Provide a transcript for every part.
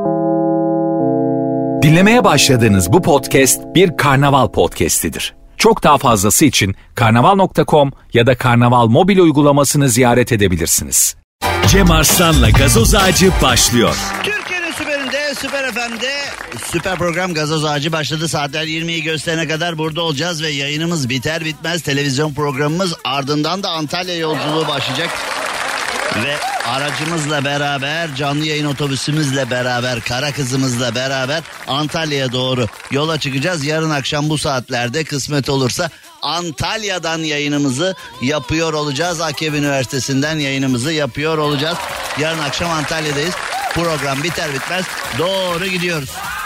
Dinlemeye başladığınız bu podcast bir karnaval podcastidir. Çok daha fazlası için karnaval.com ya da karnaval mobil uygulamasını ziyaret edebilirsiniz. Cem Arslan'la Gazoz Ağacı başlıyor. Türkiye'nin süperinde, Süper FM'de süper program Gazoz Ağacı başladı. Saatler 20'yi gösterene kadar burada olacağız ve yayınımız biter bitmez televizyon programımız, ardından da Antalya yolculuğu başlayacak. Ve aracımızla beraber, canlı yayın otobüsümüzle beraber, kara kızımızla beraber Antalya'ya doğru yola çıkacağız. Yarın akşam bu saatlerde kısmet olursa Antalya'dan yayınımızı yapıyor olacağız. Akeb Üniversitesi'nden yayınımızı yapıyor olacağız. Yarın akşam Antalya'dayız. Program biter bitmez doğru gidiyoruz.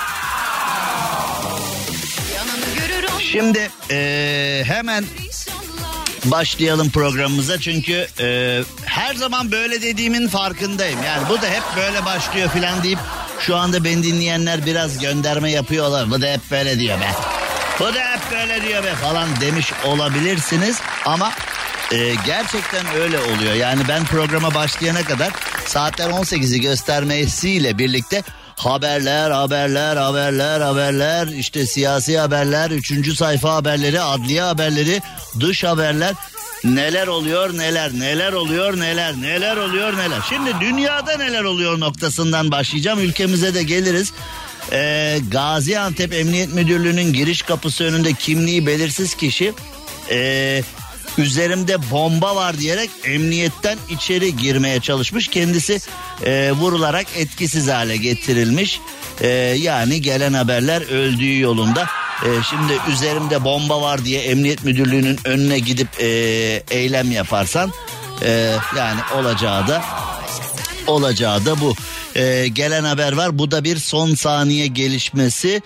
Şimdi hemen başlayalım programımıza, çünkü her zaman böyle dediğimin farkındayım. Yani bu da hep böyle başlıyor filan deyip şu anda beni dinleyenler biraz gönderme yapıyorlar. Bu da hep böyle diyor be. Bu da hep böyle diyor be falan demiş olabilirsiniz ama gerçekten öyle oluyor. Yani ben programa başlayana kadar saatler 18'i göstermesiyle birlikte haberler, işte siyasi haberler, 3. sayfa haberleri, adliye haberleri, dış haberler, neler oluyor neler. Şimdi dünyada neler oluyor noktasından başlayacağım. Ülkemize de geliriz. Gaziantep Emniyet Müdürlüğü'nün giriş kapısı önünde kimliği belirsiz kişi üzerimde bomba var diyerek emniyetten içeri girmeye çalışmış. Kendisi vurularak etkisiz hale getirilmiş. Yani gelen haberler öldüğü yolunda. Şimdi üzerimde bomba var diye Emniyet Müdürlüğü'nün önüne gidip eylem yaparsan yani olacağı da bu. Gelen haber var. Bu da bir son saniye gelişmesi.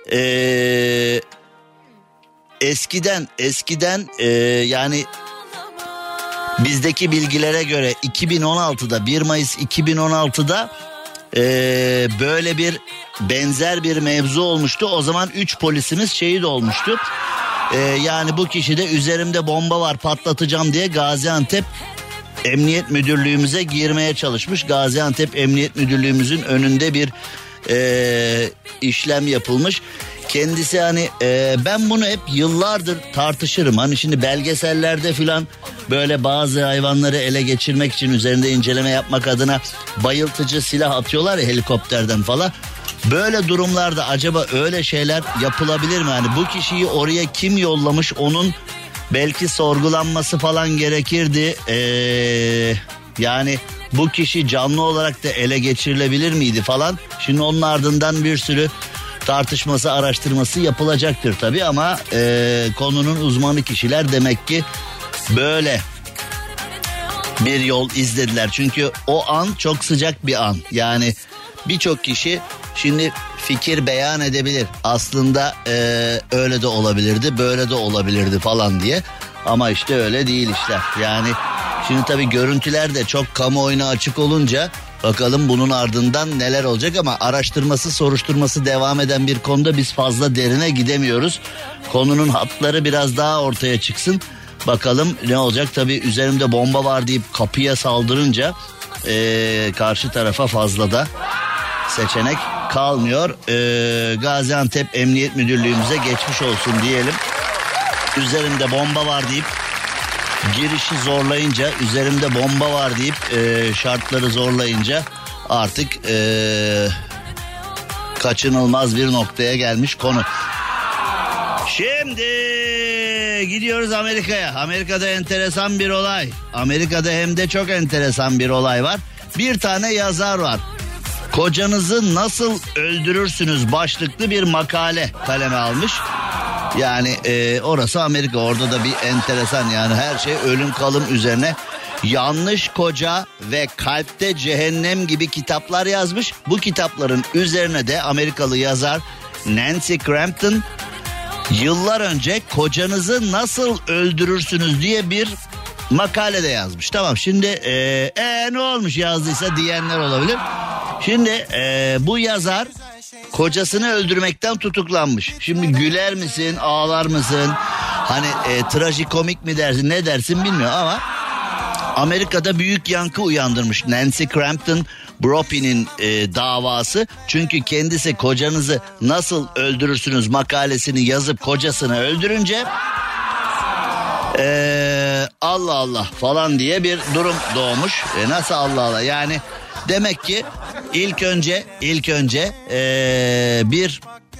Eskiden yani bizdeki bilgilere göre 2016'da 1 Mayıs 2016'da böyle bir benzer bir mevzu olmuştu. O zaman 3 polisimiz şehit olmuştu. Yani bu kişi de üzerimde bomba var patlatacağım diye Gaziantep Emniyet Müdürlüğümüze girmeye çalışmış. Gaziantep Emniyet Müdürlüğümüzün önünde bir işlem yapılmış. Kendisi hani ben bunu hep yıllardır tartışırım. Hani şimdi belgesellerde filan böyle bazı hayvanları ele geçirmek için üzerinde inceleme yapmak adına bayıltıcı silah atıyorlar ya helikopterden falan. Böyle durumlarda acaba öyle şeyler yapılabilir mi? Hani bu kişiyi oraya kim yollamış, onun belki sorgulanması falan gerekirdi. Yani bu kişi canlı olarak da ele geçirilebilir miydi falan. Şimdi onun ardından bir sürü tartışması, araştırması yapılacaktır tabii ama konunun uzmanı kişiler demek ki böyle bir yol izlediler. Çünkü o an çok sıcak bir an. Yani birçok kişi şimdi fikir beyan edebilir. Aslında öyle de olabilirdi, böyle de olabilirdi falan diye. Ama işte öyle değil işler. Yani şimdi tabii görüntüler de çok kamuoyuna açık olunca bakalım bunun ardından neler olacak, ama araştırması, soruşturması devam eden bir konuda biz fazla derine gidemiyoruz. Konunun hatları biraz daha ortaya çıksın. Bakalım ne olacak? Tabii üzerimde bomba var deyip kapıya saldırınca karşı tarafa fazla da seçenek kalmıyor. Gaziantep Emniyet Müdürlüğümüze geçmiş olsun diyelim. Üzerimde bomba var deyip girişi zorlayınca, üzerimde bomba var deyip şartları zorlayınca artık kaçınılmaz bir noktaya gelmiş konu. Şimdi gidiyoruz Amerika'ya. Amerika'da enteresan bir olay. Amerika'da hem de çok enteresan bir olay var. Bir tane yazar var. Kocanızı nasıl öldürürsünüz başlıklı bir makale kaleme almış. Yani orası Amerika, orada da bir enteresan, yani her şey ölüm kalım üzerine. Yanlış Koca ve Kalpte Cehennem gibi kitaplar yazmış. Bu kitapların üzerine de Amerikalı yazar Nancy Crampton yıllar önce kocanızı nasıl öldürürsünüz diye bir makale de yazmış. Tamam, şimdi ne olmuş yazdıysa diyenler olabilir. Şimdi bu yazar kocasını öldürmekten tutuklanmış. Şimdi güler misin, ağlar mısın? Hani trajikomik mi dersin, ne dersin bilmiyorum ama Amerika'da büyük yankı uyandırmış Nancy Crampton Brophy'nin davası. Çünkü kendisi kocanızı nasıl öldürürsünüz makalesini yazıp kocasını öldürünce Allah Allah falan diye bir durum doğmuş. Nasıl Allah Allah, yani demek ki ilk önce bir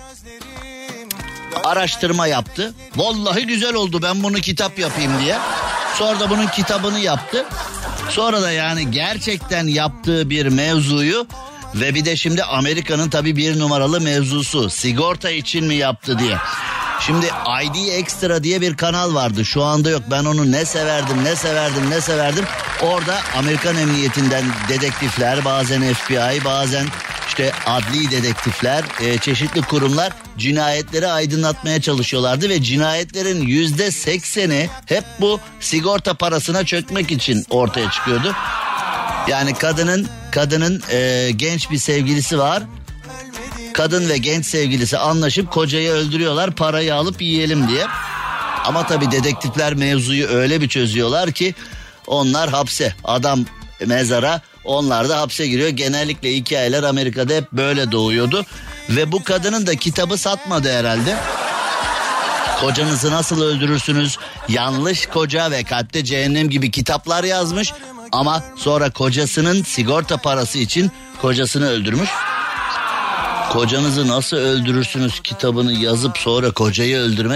araştırma yaptı. Vallahi güzel oldu, ben bunu kitap yapayım diye. Sonra da bunun kitabını yaptı. Sonra da yani gerçekten yaptığı bir mevzuyu ve bir de şimdi Amerika'nın tabii bir numaralı mevzusu sigorta için mi yaptı diye. Şimdi ID Extra diye bir kanal vardı, şu anda yok, ben onu ne severdim. Orada Amerikan Emniyetinden dedektifler, bazen FBI, bazen işte adli dedektifler, çeşitli kurumlar cinayetleri aydınlatmaya çalışıyorlardı ve cinayetlerin %80'i hep bu sigorta parasına çökmek için ortaya çıkıyordu. Yani kadının genç bir sevgilisi var. Kadın ve genç sevgilisi anlaşıp kocayı öldürüyorlar, parayı alıp yiyelim diye. Ama tabii dedektifler mevzuyu öyle bir çözüyorlar ki onlar hapse, adam mezara, onlar da hapse giriyor. Genellikle hikayeler Amerika'da hep böyle doğuyordu. Ve bu kadının da kitabı satmadı herhalde. Kocanızı nasıl öldürürsünüz, yanlış koca ve kalpte cehennem gibi kitaplar yazmış. Ama sonra kocasının sigorta parası için kocasını öldürmüş. Kocanızı nasıl öldürürsünüz kitabını yazıp sonra kocayı öldürmek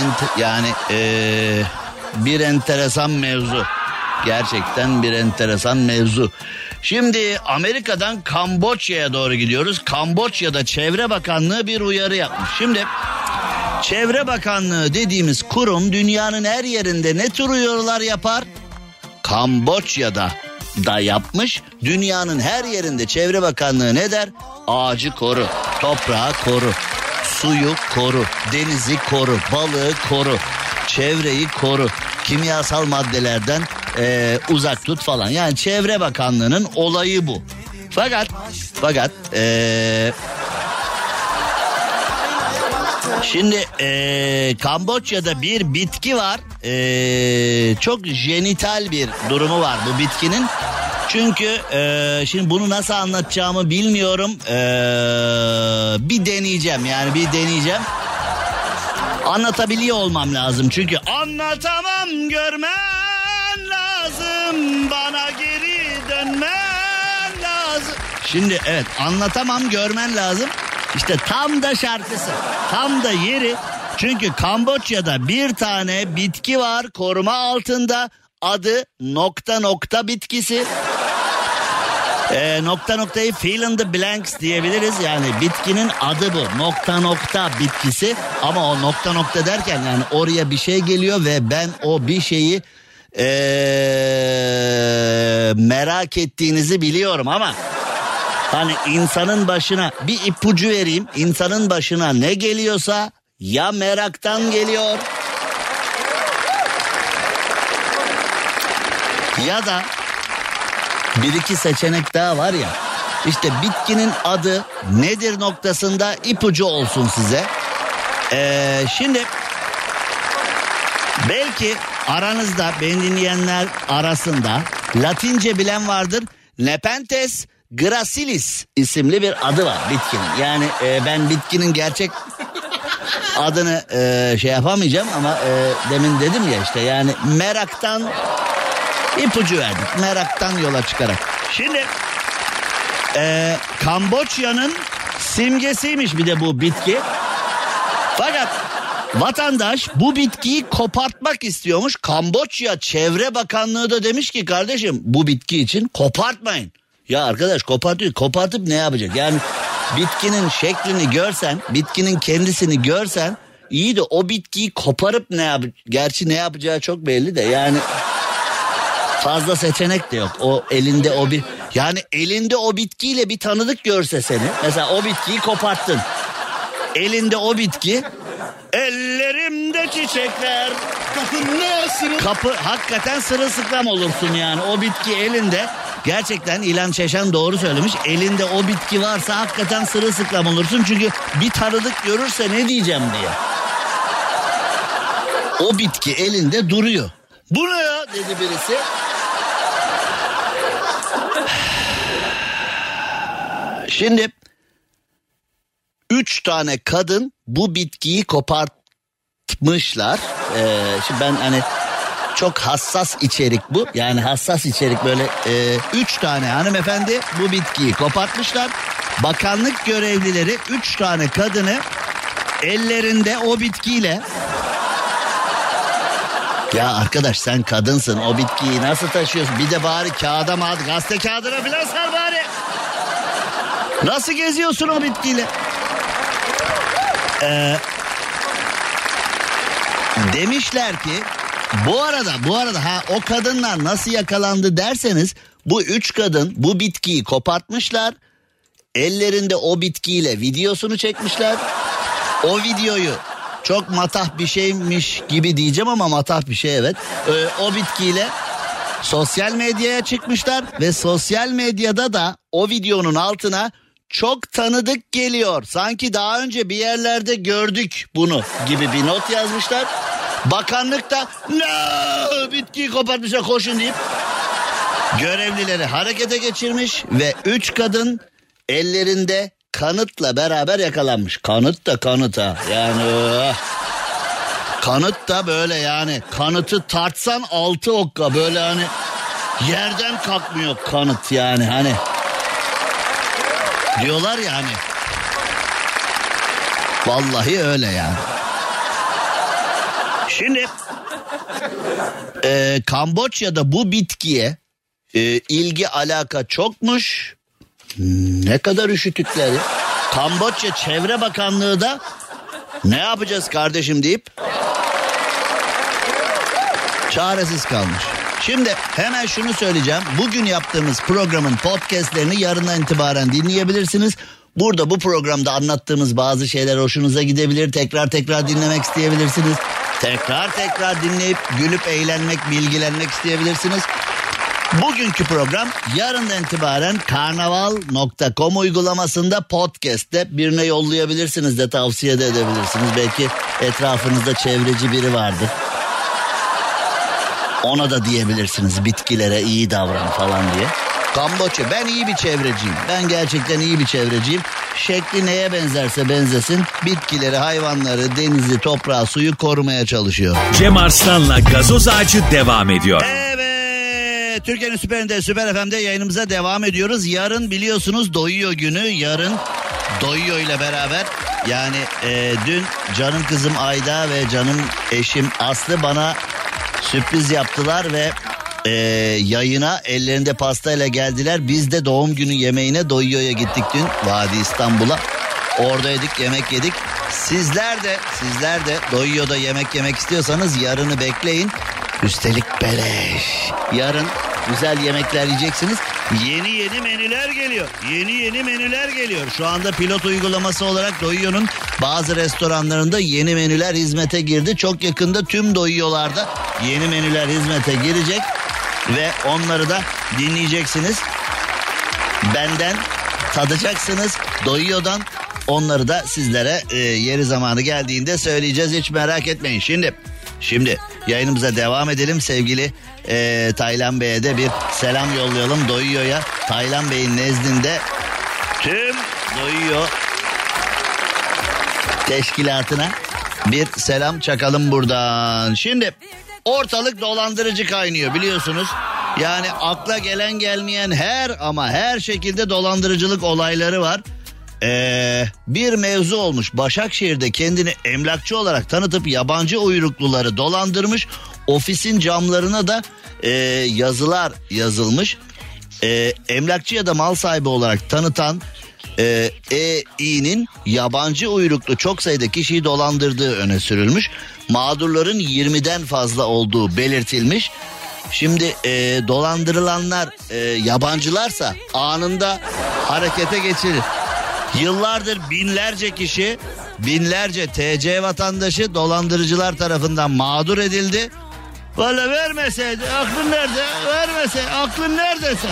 bir enteresan mevzu. Gerçekten bir enteresan mevzu. Şimdi Amerika'dan Kamboçya'ya doğru gidiyoruz. Kamboçya'da Çevre Bakanlığı bir uyarı yapmış. Şimdi Çevre Bakanlığı dediğimiz kurum dünyanın her yerinde ne tür uyarılar yapar? Kamboçya'da da yapmış. Dünyanın her yerinde Çevre Bakanlığı ne der? Ağacı koru, toprağı koru, suyu koru, denizi koru, balığı koru, çevreyi koru, kimyasal maddelerden uzak tut falan. Yani Çevre Bakanlığı'nın olayı bu. Fakat şimdi Kamboçya'da bir bitki var. Çok jenital bir durumu var bu bitkinin. Çünkü şimdi bunu nasıl anlatacağımı bilmiyorum. Bir deneyeceğim. Anlatabiliyor olmam lazım. Çünkü anlatamam, görmen lazım. Bana geri dönmen lazım. Şimdi evet, anlatamam, görmen lazım. İşte tam da şarkısı. Tam da yeri. Çünkü Kamboçya'da bir tane bitki var koruma altında. Adı ... bitkisi. Noktayı fill in the blanks diyebiliriz. Yani bitkinin adı bu. ... bitkisi. Ama o ... derken yani oraya bir şey geliyor ve ben o bir şeyi merak ettiğinizi biliyorum ama hani insanın başına bir ipucu vereyim. İnsanın başına ne geliyorsa ya meraktan geliyor ya da bir iki seçenek daha var ya. İşte bitkinin adı nedir noktasında ipucu olsun size. Şimdi belki aranızda, beni dinleyenler arasında Latince bilen vardır. Nepenthes gracilis isimli bir adı var bitkinin. Yani ben bitkinin gerçek adını şey yapamayacağım ama demin dedim ya işte, yani meraktan ipucu verdik. Meraktan yola çıkarak. Şimdi Kamboçya'nın simgesiymiş bir de bu bitki. Fakat vatandaş bu bitkiyi kopartmak istiyormuş. Kamboçya Çevre Bakanlığı da demiş ki kardeşim bu bitki için kopartmayın. Ya arkadaş kopartıp ne yapacak? Yani bitkinin şeklini görsen, bitkinin kendisini görsen iyi de o bitkiyi koparıp ne yapacak? Gerçi ne yapacağı çok belli de yani fazla seçenek de yok. O elinde o bir, yani elinde o bitkiyle bir tanıdık görse seni. Mesela o bitkiyi koparttın. Elinde o bitki. Ellerimde çiçekler. Kapı hakikaten sırılsıklam olursun yani. O bitki elinde. Gerçekten İlhan Çeşen doğru söylemiş. Elinde o bitki varsa hakikaten sırılsıklam olursun. Çünkü bir tanıdık görürse ne diyeceğim diye. O bitki elinde duruyor. Bu ne ya dedi birisi. Şimdi 3 tane kadın bu bitkiyi kopartmışlar. Şimdi ben hani çok hassas içerik bu. Yani hassas içerik böyle 3 tane hanımefendi bu bitkiyi kopartmışlar. Bakanlık görevlileri 3 tane kadını ellerinde o bitkiyle... Ya arkadaş sen kadınsın, o bitkiyi nasıl taşıyorsun? Bir de bari kağıda gazete kağıdına falan sar bari. Nasıl geziyorsun o bitkiyle? Demişler ki bu arada o kadınlar nasıl yakalandı derseniz, bu 3 kadın bu bitkiyi kopartmışlar. Ellerinde o bitkiyle videosunu çekmişler. O videoyu çok matah bir şeymiş gibi diyeceğim ama matah bir şey, evet. O bitkiyle sosyal medyaya çıkmışlar ve sosyal medyada da o videonun altına çok tanıdık geliyor, sanki daha önce bir yerlerde gördük bunu gibi bir not yazmışlar. Bakanlık da no, bitkiyi kopartmışlar koşun deyip görevlileri harekete geçirmiş ve 3 kadın ellerinde kanıtla beraber yakalanmış. Kanıt da kanıt ha. Yani kanıt da böyle, yani kanıtı tartsan 6 okka, böyle hani yerden kalkmıyor kanıt, yani hani diyorlar ya hani. Vallahi öyle yani. Şimdi Kamboçya'da bu bitkiye ilgi alaka çokmuş. Ne kadar üşütükleri. Kamboçya Çevre Bakanlığı da ne yapacağız kardeşim deyip çaresiz kalmış. Şimdi hemen şunu söyleyeceğim. Bugün yaptığımız programın podcastlerini yarından itibaren dinleyebilirsiniz. Burada bu programda anlattığımız bazı şeyler hoşunuza gidebilir. Tekrar dinlemek isteyebilirsiniz. Tekrar dinleyip gülüp eğlenmek, bilgilenmek isteyebilirsiniz. Bugünkü program yarından itibaren karnaval.com uygulamasında podcast'te birine yollayabilirsiniz de, tavsiye de edebilirsiniz. Belki etrafınızda çevreci biri vardır. Ona da diyebilirsiniz bitkilere iyi davran falan diye. Kamboçya, ben iyi bir çevreciyim. Ben gerçekten iyi bir çevreciyim. Şekli neye benzerse benzesin bitkileri, hayvanları, denizi, toprağı, suyu korumaya çalışıyor. Cem Arslan'la Gazoz Ağacı devam ediyor. Evet, Türkiye'nin süperinde, Süper FM'de yayınımıza devam ediyoruz. Yarın biliyorsunuz Doyuyor günü. Yarın Doyuyor ile beraber, yani dün canım kızım Ayda ve canım eşim Aslı bana sürpriz yaptılar ve yayına ellerinde pastayla geldiler. Biz de doğum günü yemeğine Doyuyor'ya gittik dün, Vadi İstanbul'a. Oradaydık, yemek yedik. Sizler de Doyuyor'da yemek istiyorsanız yarını bekleyin. Üstelik beleş. Yarın güzel yemekler yiyeceksiniz. Yeni menüler geliyor. Şu anda pilot uygulaması olarak Doyuyor'un bazı restoranlarında yeni menüler hizmete girdi. Çok yakında tüm Doyuyor'larda yeni menüler hizmete girecek ve onları da dinleyeceksiniz. Benden tadacaksınız. Doyuyor'dan onları da sizlere yeri zamanı geldiğinde söyleyeceğiz. Hiç merak etmeyin. Şimdi yayınımıza devam edelim. Sevgili Taylan Bey'e de bir selam yollayalım. Doyuyor'ya, Taylan Bey'in nezdinde tüm Doyuyor teşkilatına bir selam çakalım buradan. Şimdi ortalık dolandırıcı kaynıyor biliyorsunuz. Yani akla gelen gelmeyen her şekilde dolandırıcılık olayları var. Bir mevzu olmuş. Başakşehir'de kendini emlakçı olarak tanıtıp yabancı uyrukluları dolandırmış. Ofisin camlarına da yazılar yazılmış. Emlakçı ya da mal sahibi olarak tanıtan Eİ'nin yabancı uyruklu çok sayıda kişiyi dolandırdığı öne sürülmüş. Mağdurların 20'den fazla olduğu belirtilmiş. Şimdi dolandırılanlar yabancılarsa anında harekete geçirir. Yıllardır binlerce TC vatandaşı dolandırıcılar tarafından mağdur edildi. Valla vermeseydi aklın nerede? Aklın nerede sen?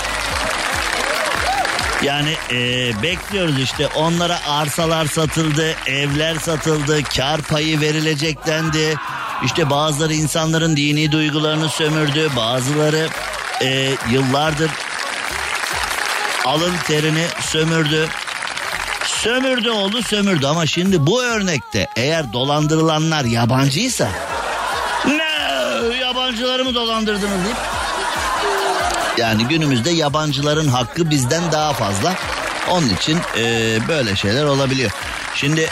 Yani bekliyoruz işte, onlara arsalar satıldı, evler satıldı, kar payı verilecek dendi. İşte bazıları insanların dini duygularını sömürdü, bazıları yıllardır alın terini sömürdü. Sömürdü oğlu sömürdü ama şimdi bu örnekte eğer dolandırılanlar yabancıysa ne yabancıları mı dolandırdınız deyip yani günümüzde yabancıların hakkı bizden daha fazla. Onun için böyle şeyler olabiliyor. Şimdi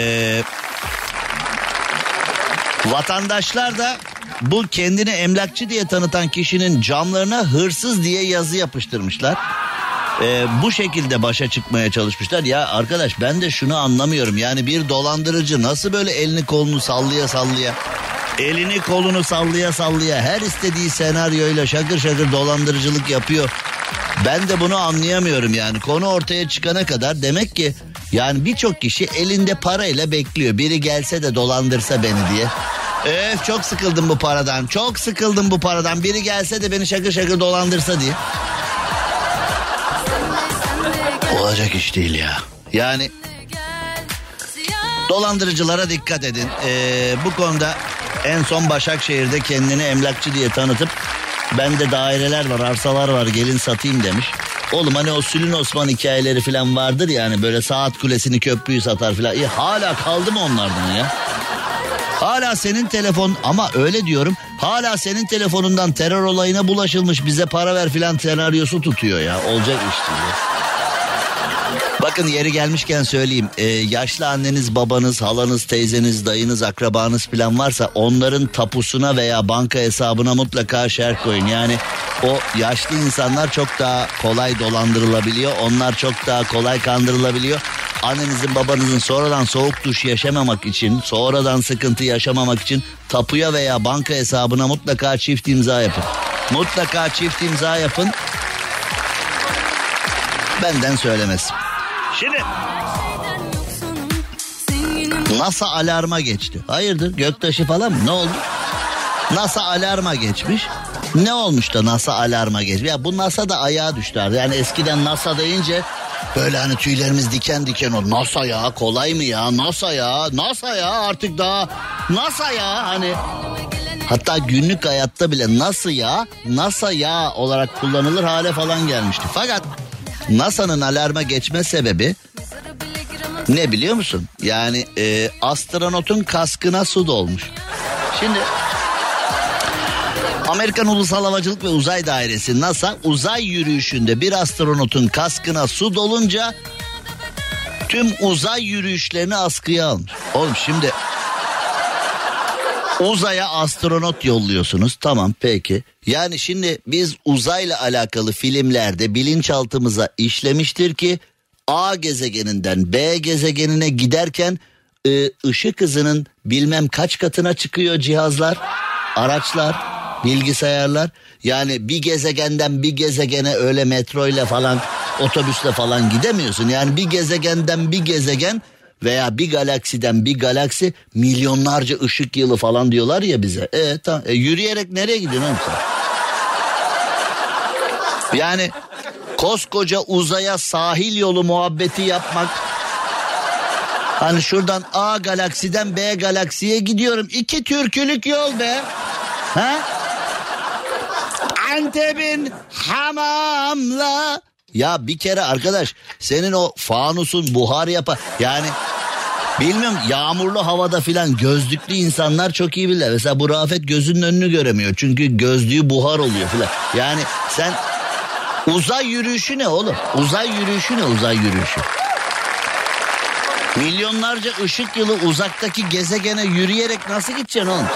vatandaşlar da bu kendini emlakçı diye tanıtan kişinin camlarına hırsız diye yazı yapıştırmışlar. Bu şekilde başa çıkmaya çalışmışlar. Ya arkadaş ben de şunu anlamıyorum. Yani bir dolandırıcı nasıl böyle elini kolunu sallaya sallaya, elini kolunu sallaya sallaya her istediği senaryoyla şakır şakır dolandırıcılık yapıyor. Ben de bunu anlayamıyorum yani. Konu ortaya çıkana kadar demek ki yani birçok kişi elinde parayla bekliyor. Biri gelse de dolandırsa beni diye. Çok sıkıldım bu paradan. Çok sıkıldım bu paradan. Biri gelse de beni şakır şakır dolandırsa diye. Olacak iş değil ya. Yani dolandırıcılara dikkat edin. Bu konuda en son Başakşehir'de kendini emlakçı diye tanıtıp bende daireler var, arsalar var, gelin satayım demiş. Oğlum hani o Sülün Osman hikayeleri falan vardır yani böyle saat kulesini köprüyü satar falan. Hala kaldı mı onlardan ya? Hala senin telefon ama öyle diyorum. Hala senin telefonundan terör olayına bulaşılmış bize para ver filan senaryosu tutuyor ya. Olacak iş değil. Bakın yeri gelmişken söyleyeyim. Yaşlı anneniz, babanız, halanız, teyzeniz, dayınız, akrabanız falan varsa onların tapusuna veya banka hesabına mutlaka şerh koyun. Yani o yaşlı insanlar çok daha kolay dolandırılabiliyor. Onlar çok daha kolay kandırılabiliyor. Annenizin, babanızın sonradan soğuk duş yaşamamak için, sonradan sıkıntı yaşamamak için tapuya veya banka hesabına mutlaka çift imza yapın. Mutlaka çift imza yapın. Benden söylemesi. Şimdi NASA alarma geçti. Hayırdır göktaşı falan mı? Ne oldu? NASA alarma geçmiş. Ne olmuş da NASA alarma geçmiş? Ya bu NASA da ayağa düştü. Yani eskiden NASA deyince böyle hani tüylerimiz diken diken oldu. NASA ya kolay mı ya? NASA ya. NASA ya artık daha. NASA ya hani. Hatta günlük hayatta bile nasıl ya? NASA ya olarak kullanılır hale falan gelmişti. Fakat NASA'nın alarma geçme sebebi ne biliyor musun? Yani astronotun kaskına su dolmuş. Şimdi Amerikan Ulusal Havacılık ve Uzay Dairesi NASA uzay yürüyüşünde bir astronotun kaskına su dolunca tüm uzay yürüyüşlerini askıya almış. Oğlum şimdi uzaya astronot yolluyorsunuz. Tamam peki. Yani şimdi biz uzayla alakalı filmlerde bilinçaltımıza işlemiştir ki A gezegeninden B gezegenine giderken ışık hızının bilmem kaç katına çıkıyor cihazlar, araçlar, bilgisayarlar. Yani bir gezegenden bir gezegene öyle metroyla falan, otobüsle falan gidemiyorsun. Yani bir gezegenden bir gezegen veya bir galaksiden bir galaksi milyonlarca ışık yılı falan diyorlar ya bize. Tamam. Yürüyerek nereye gidiyorsun oğlum sen? Yani koskoca uzaya sahil yolu muhabbeti yapmak. Hani şuradan A galaksiden B galaksiye gidiyorum. 2 türkülük yol be. Ha? Antep'in hamamla. Ya bir kere arkadaş senin o fanusun buhar yapar. Yani bilmiyorum yağmurlu havada filan gözlüklü insanlar çok iyi bilirler. Mesela bu Rafet gözünün önünü göremiyor. Çünkü gözlüğü buhar oluyor filan. Yani sen uzay yürüyüşü ne oğlum? Uzay yürüyüşü ne uzay yürüyüşü? Milyonlarca ışık yılı uzaktaki gezegene yürüyerek nasıl gideceksin oğlum?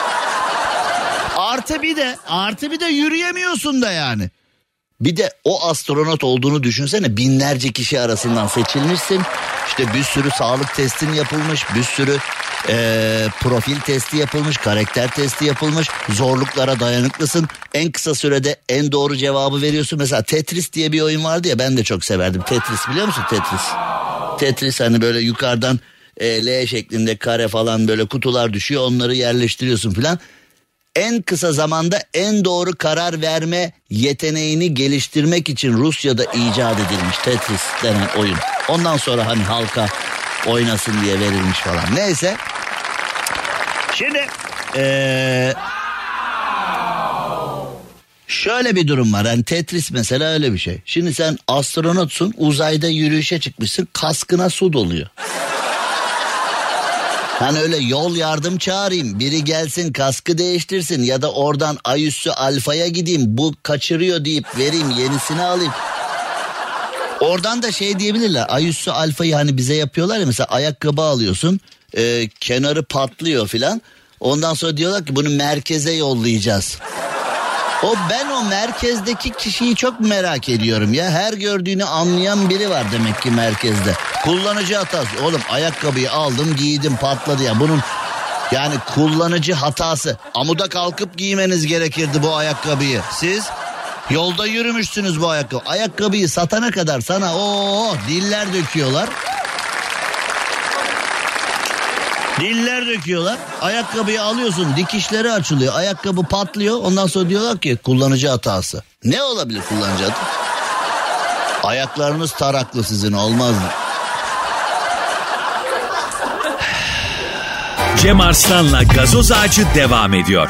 Artı bir de yürüyemiyorsun da yani. Bir de o astronot olduğunu düşünsene, binlerce kişi arasından seçilmişsin. İşte bir sürü sağlık testin yapılmış, bir sürü profil testi yapılmış, karakter testi yapılmış. Zorluklara dayanıklısın. En kısa sürede en doğru cevabı veriyorsun. Mesela Tetris diye bir oyun vardı ya, ben de çok severdim. Tetris biliyor musun Tetris? Tetris hani böyle yukarıdan L şeklinde kare falan böyle kutular düşüyor, onları yerleştiriyorsun filan. En kısa zamanda en doğru karar verme yeteneğini geliştirmek için Rusya'da icat edilmiş Tetris denen oyun. Ondan sonra hani halka oynasın diye verilmiş falan. Neyse. Şimdi Şöyle bir durum var. Hani Tetris mesela öyle bir şey. Şimdi sen astronotsun, uzayda yürüyüşe çıkmışsın, kaskına su doluyor. Hani öyle yol yardım çağırayım, biri gelsin kaskı değiştirsin ya da oradan ay üssü alfaya gideyim, bu kaçırıyor deyip vereyim, yenisini alayım. Oradan da şey diyebilirler, ay üssü alfayı hani bize yapıyorlar ya, mesela ayakkabı alıyorsun, kenarı patlıyor filan. Ondan sonra diyorlar ki bunu merkeze yollayacağız. Ben o merkezdeki kişiyi çok merak ediyorum ya. Her gördüğünü anlayan biri var demek ki merkezde. Kullanıcı hatası. Oğlum ayakkabıyı aldım, giydim, patladı ya. Bunun yani kullanıcı hatası. Amuda kalkıp giymeniz gerekirdi bu ayakkabıyı. Siz yolda yürümüşsünüz bu ayakkabı. Ayakkabıyı satana kadar sana diller döküyorlar. Diller döküyorlar. Ayakkabıyı alıyorsun, dikişleri açılıyor, ayakkabı patlıyor. Ondan sonra diyorlar ki kullanıcı hatası. Ne olabilir kullanıcı hatası? Ayaklarınız taraklı sizin, olmaz mı? Cem Arslan'la Gazoz Ağacı devam ediyor.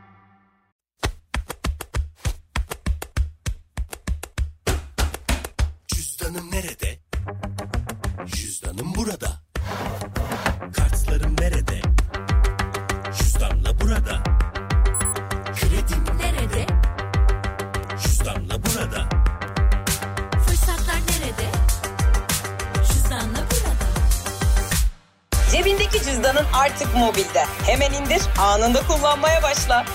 Cüzdanım nerede? Cüzdanım burada. Kartlarım nerede? Cüzdanla burada. Kredim nerede? Cüzdanla burada. Fırsatlar nerede? Cüzdanla burada. Cebindeki cüzdanın artık mobilde. Hemen indir, anında kullanmaya başla.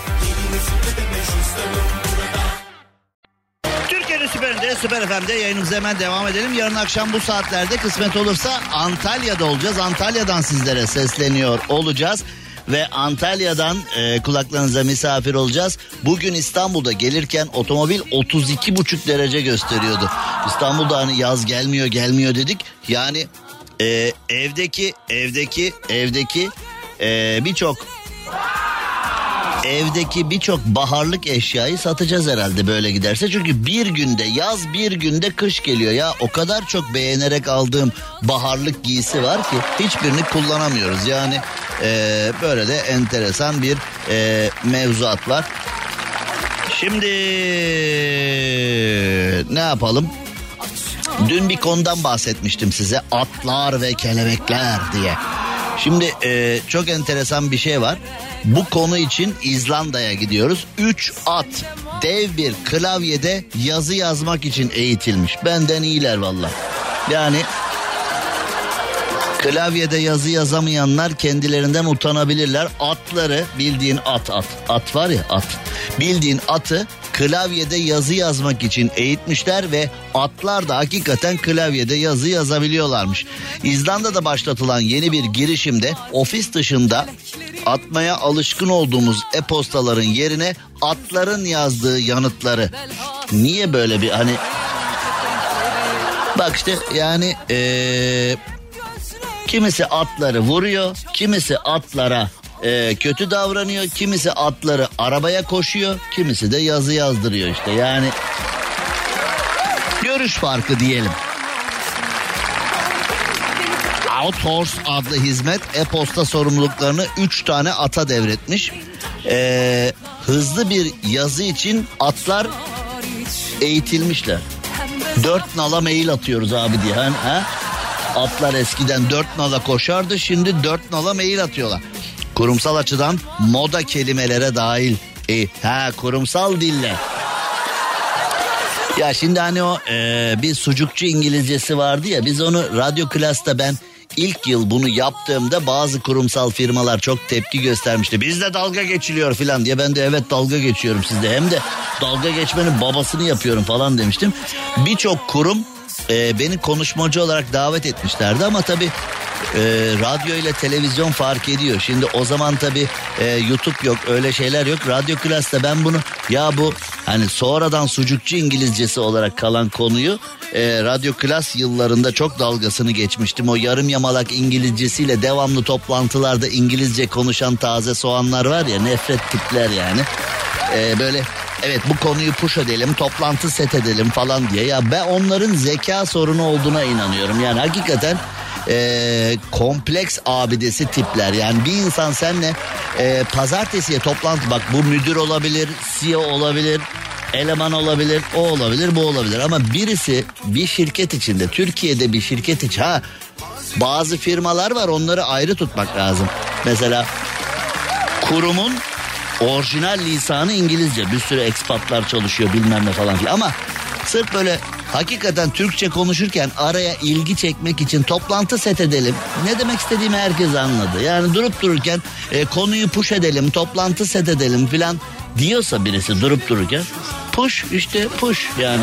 Türkiye'nin süperinde, Süper FM'de yayınımıza hemen devam edelim. Yarın akşam bu saatlerde kısmet olursa Antalya'da olacağız. Antalya'dan sizlere sesleniyor olacağız. Ve Antalya'dan kulaklarınıza misafir olacağız. Bugün İstanbul'da gelirken otomobil 32,5 derece gösteriyordu. İstanbul'da hani yaz gelmiyor dedik. Yani evdeki birçok baharlık eşyayı satacağız herhalde böyle giderse. Çünkü bir günde yaz, bir günde kış geliyor ya. O kadar çok beğenerek aldığım baharlık giysi var ki hiçbirini kullanamıyoruz. Yani böyle de enteresan bir mevzuat var. Şimdi ne yapalım? Dün bir konudan bahsetmiştim size, atlar ve kelebekler diye. Şimdi çok enteresan bir şey var. Bu konu için İzlanda'ya gidiyoruz. 3 at dev bir klavyede yazı yazmak için eğitilmiş. Benden iyiler vallahi. Yani klavyede yazı yazamayanlar kendilerinden utanabilirler. Atları, bildiğin at var ya, at. Bildiğin atı klavyede yazı yazmak için eğitmişler ve atlar da hakikaten klavyede yazı yazabiliyorlarmış. İzlanda'da başlatılan yeni bir girişimde ofis dışında atmaya alışkın olduğumuz e-postaların yerine atların yazdığı yanıtları. Niye böyle bir hani... Bak işte yani kimisi atları vuruyor, kimisi atlara kötü davranıyor, kimisi atları arabaya koşuyor, kimisi de yazı yazdırıyor işte. Yani görüş farkı diyelim. Outhorse adlı hizmet e-posta sorumluluklarını 3 tane ata devretmiş. Hızlı bir yazı için atlar eğitilmişler. 4 nala mail atıyoruz abi diye. Ha? Atlar eskiden 4 nala koşardı, şimdi 4 nala mail atıyorlar. Kurumsal açıdan moda kelimelere dahil. Kurumsal dille. Ya şimdi hani o bir sucukçu İngilizcesi vardı ya, biz onu Radyo Klas'ta ben ilk yıl bunu yaptığımda bazı kurumsal firmalar çok tepki göstermişti. Bizde dalga geçiliyor falan diye. Ben de evet dalga geçiyorum sizde, hem de dalga geçmenin babasını yapıyorum falan demiştim. Birçok kurum beni konuşmacı olarak davet etmişlerdi ama tabii radyo ile televizyon fark ediyor. Şimdi o zaman tabii YouTube yok, öyle şeyler yok. Radyo Klas'ta ben bunu, ya bu hani sonradan sucukçu İngilizcesi olarak kalan konuyu Radyo Klas yıllarında çok dalgasını geçmiştim. O yarım yamalak İngilizcesiyle devamlı toplantılarda İngilizce konuşan taze soğanlar var ya, nefret tipler yani. Böyle evet bu konuyu push edelim, toplantı set edelim falan diye. Ya ben onların zeka sorunu olduğuna inanıyorum. Yani hakikaten kompleks abidesi tipler. Yani bir insan seninle pazartesiye toplantı, bak bu müdür olabilir, CEO olabilir, eleman olabilir, o olabilir, bu olabilir. Ama birisi bir şirket içinde, Türkiye'de bir şirket için, bazı firmalar var, onları ayrı tutmak lazım. Mesela kurumun orijinal lisanı İngilizce. Bir sürü ekspatlar çalışıyor bilmem ne falan filan. Ama sırf böyle hakikaten Türkçe konuşurken araya ilgi çekmek için toplantı set edelim. Ne demek istediğimi herkes anladı. Yani durup dururken konuyu push edelim, toplantı set edelim filan diyorsa birisi durup dururken, push işte push yani.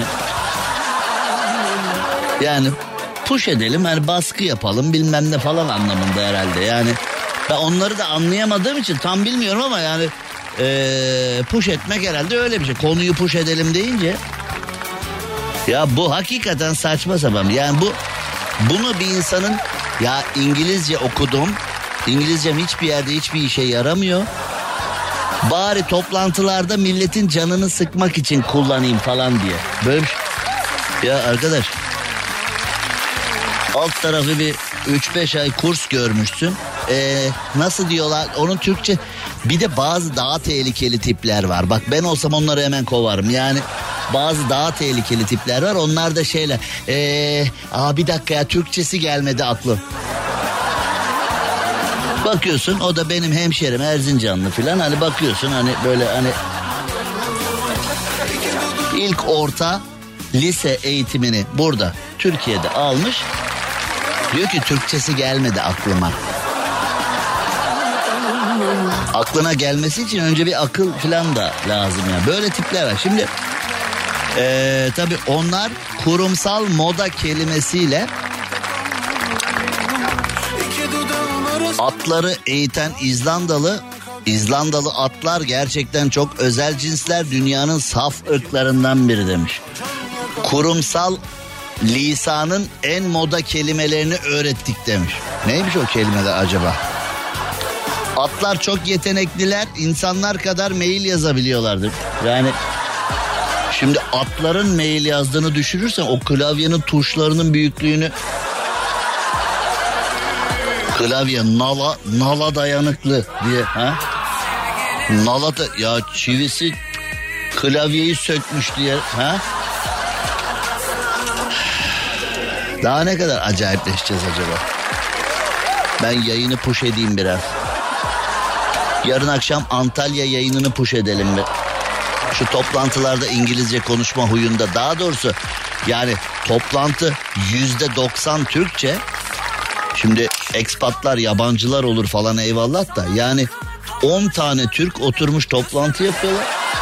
Yani push edelim, yani baskı yapalım bilmem ne falan anlamında herhalde. Yani ben onları da anlayamadığım için tam bilmiyorum ama yani push etmek herhalde öyle bir şey. Konuyu push edelim deyince, ya bu hakikaten saçma sapan. Yani bunu bir insanın, ya İngilizce okudum, İngilizcem hiçbir yerde hiçbir işe yaramıyor, bari toplantılarda milletin canını sıkmak için kullanayım falan diye. Böyle bir şey. Ya arkadaş, alt tarafı bir 3-5 ay kurs görmüşsün. Nasıl diyorlar onun Türkçe, bir de bazı daha tehlikeli tipler var. Bak ben olsam onları hemen kovarım. Yani bazı daha tehlikeli tipler var. Onlar da şeyler, bir dakika ya, Türkçesi gelmedi aklım. Bakıyorsun o da benim hemşerim, Erzincanlı filan, hani bakıyorsun hani böyle hani ilk orta lise eğitimini burada Türkiye'de almış. Diyor ki Türkçesi gelmedi aklıma. Aklına gelmesi için önce bir akıl falan da lazım yani. Böyle tipler var. Şimdi tabii onlar kurumsal moda kelimesiyle atları eğiten İzlandalı atlar gerçekten çok özel cinsler, dünyanın saf ırklarından biri demiş. Kurumsal lisanın en moda kelimelerini öğrettik demiş. Neymiş o kelimeler acaba? Atlar çok yetenekliler, insanlar kadar mail yazabiliyorlardır. Yani şimdi atların mail yazdığını düşünürsen o klavyenin tuşlarının büyüklüğünü, klavye nala dayanıklı diye, nala da ya, çivisi klavyeyi sökmüş diye, Daha ne kadar acayipleşeceğiz acaba? Ben yayını push edeyim biraz. Yarın akşam Antalya yayınını push edelim mi? Şu toplantılarda İngilizce konuşma huyunda, daha doğrusu yani toplantı %90 Türkçe. Şimdi ekspatlar, yabancılar olur falan eyvallah da, yani 10 tane Türk oturmuş toplantı yapıyorlar.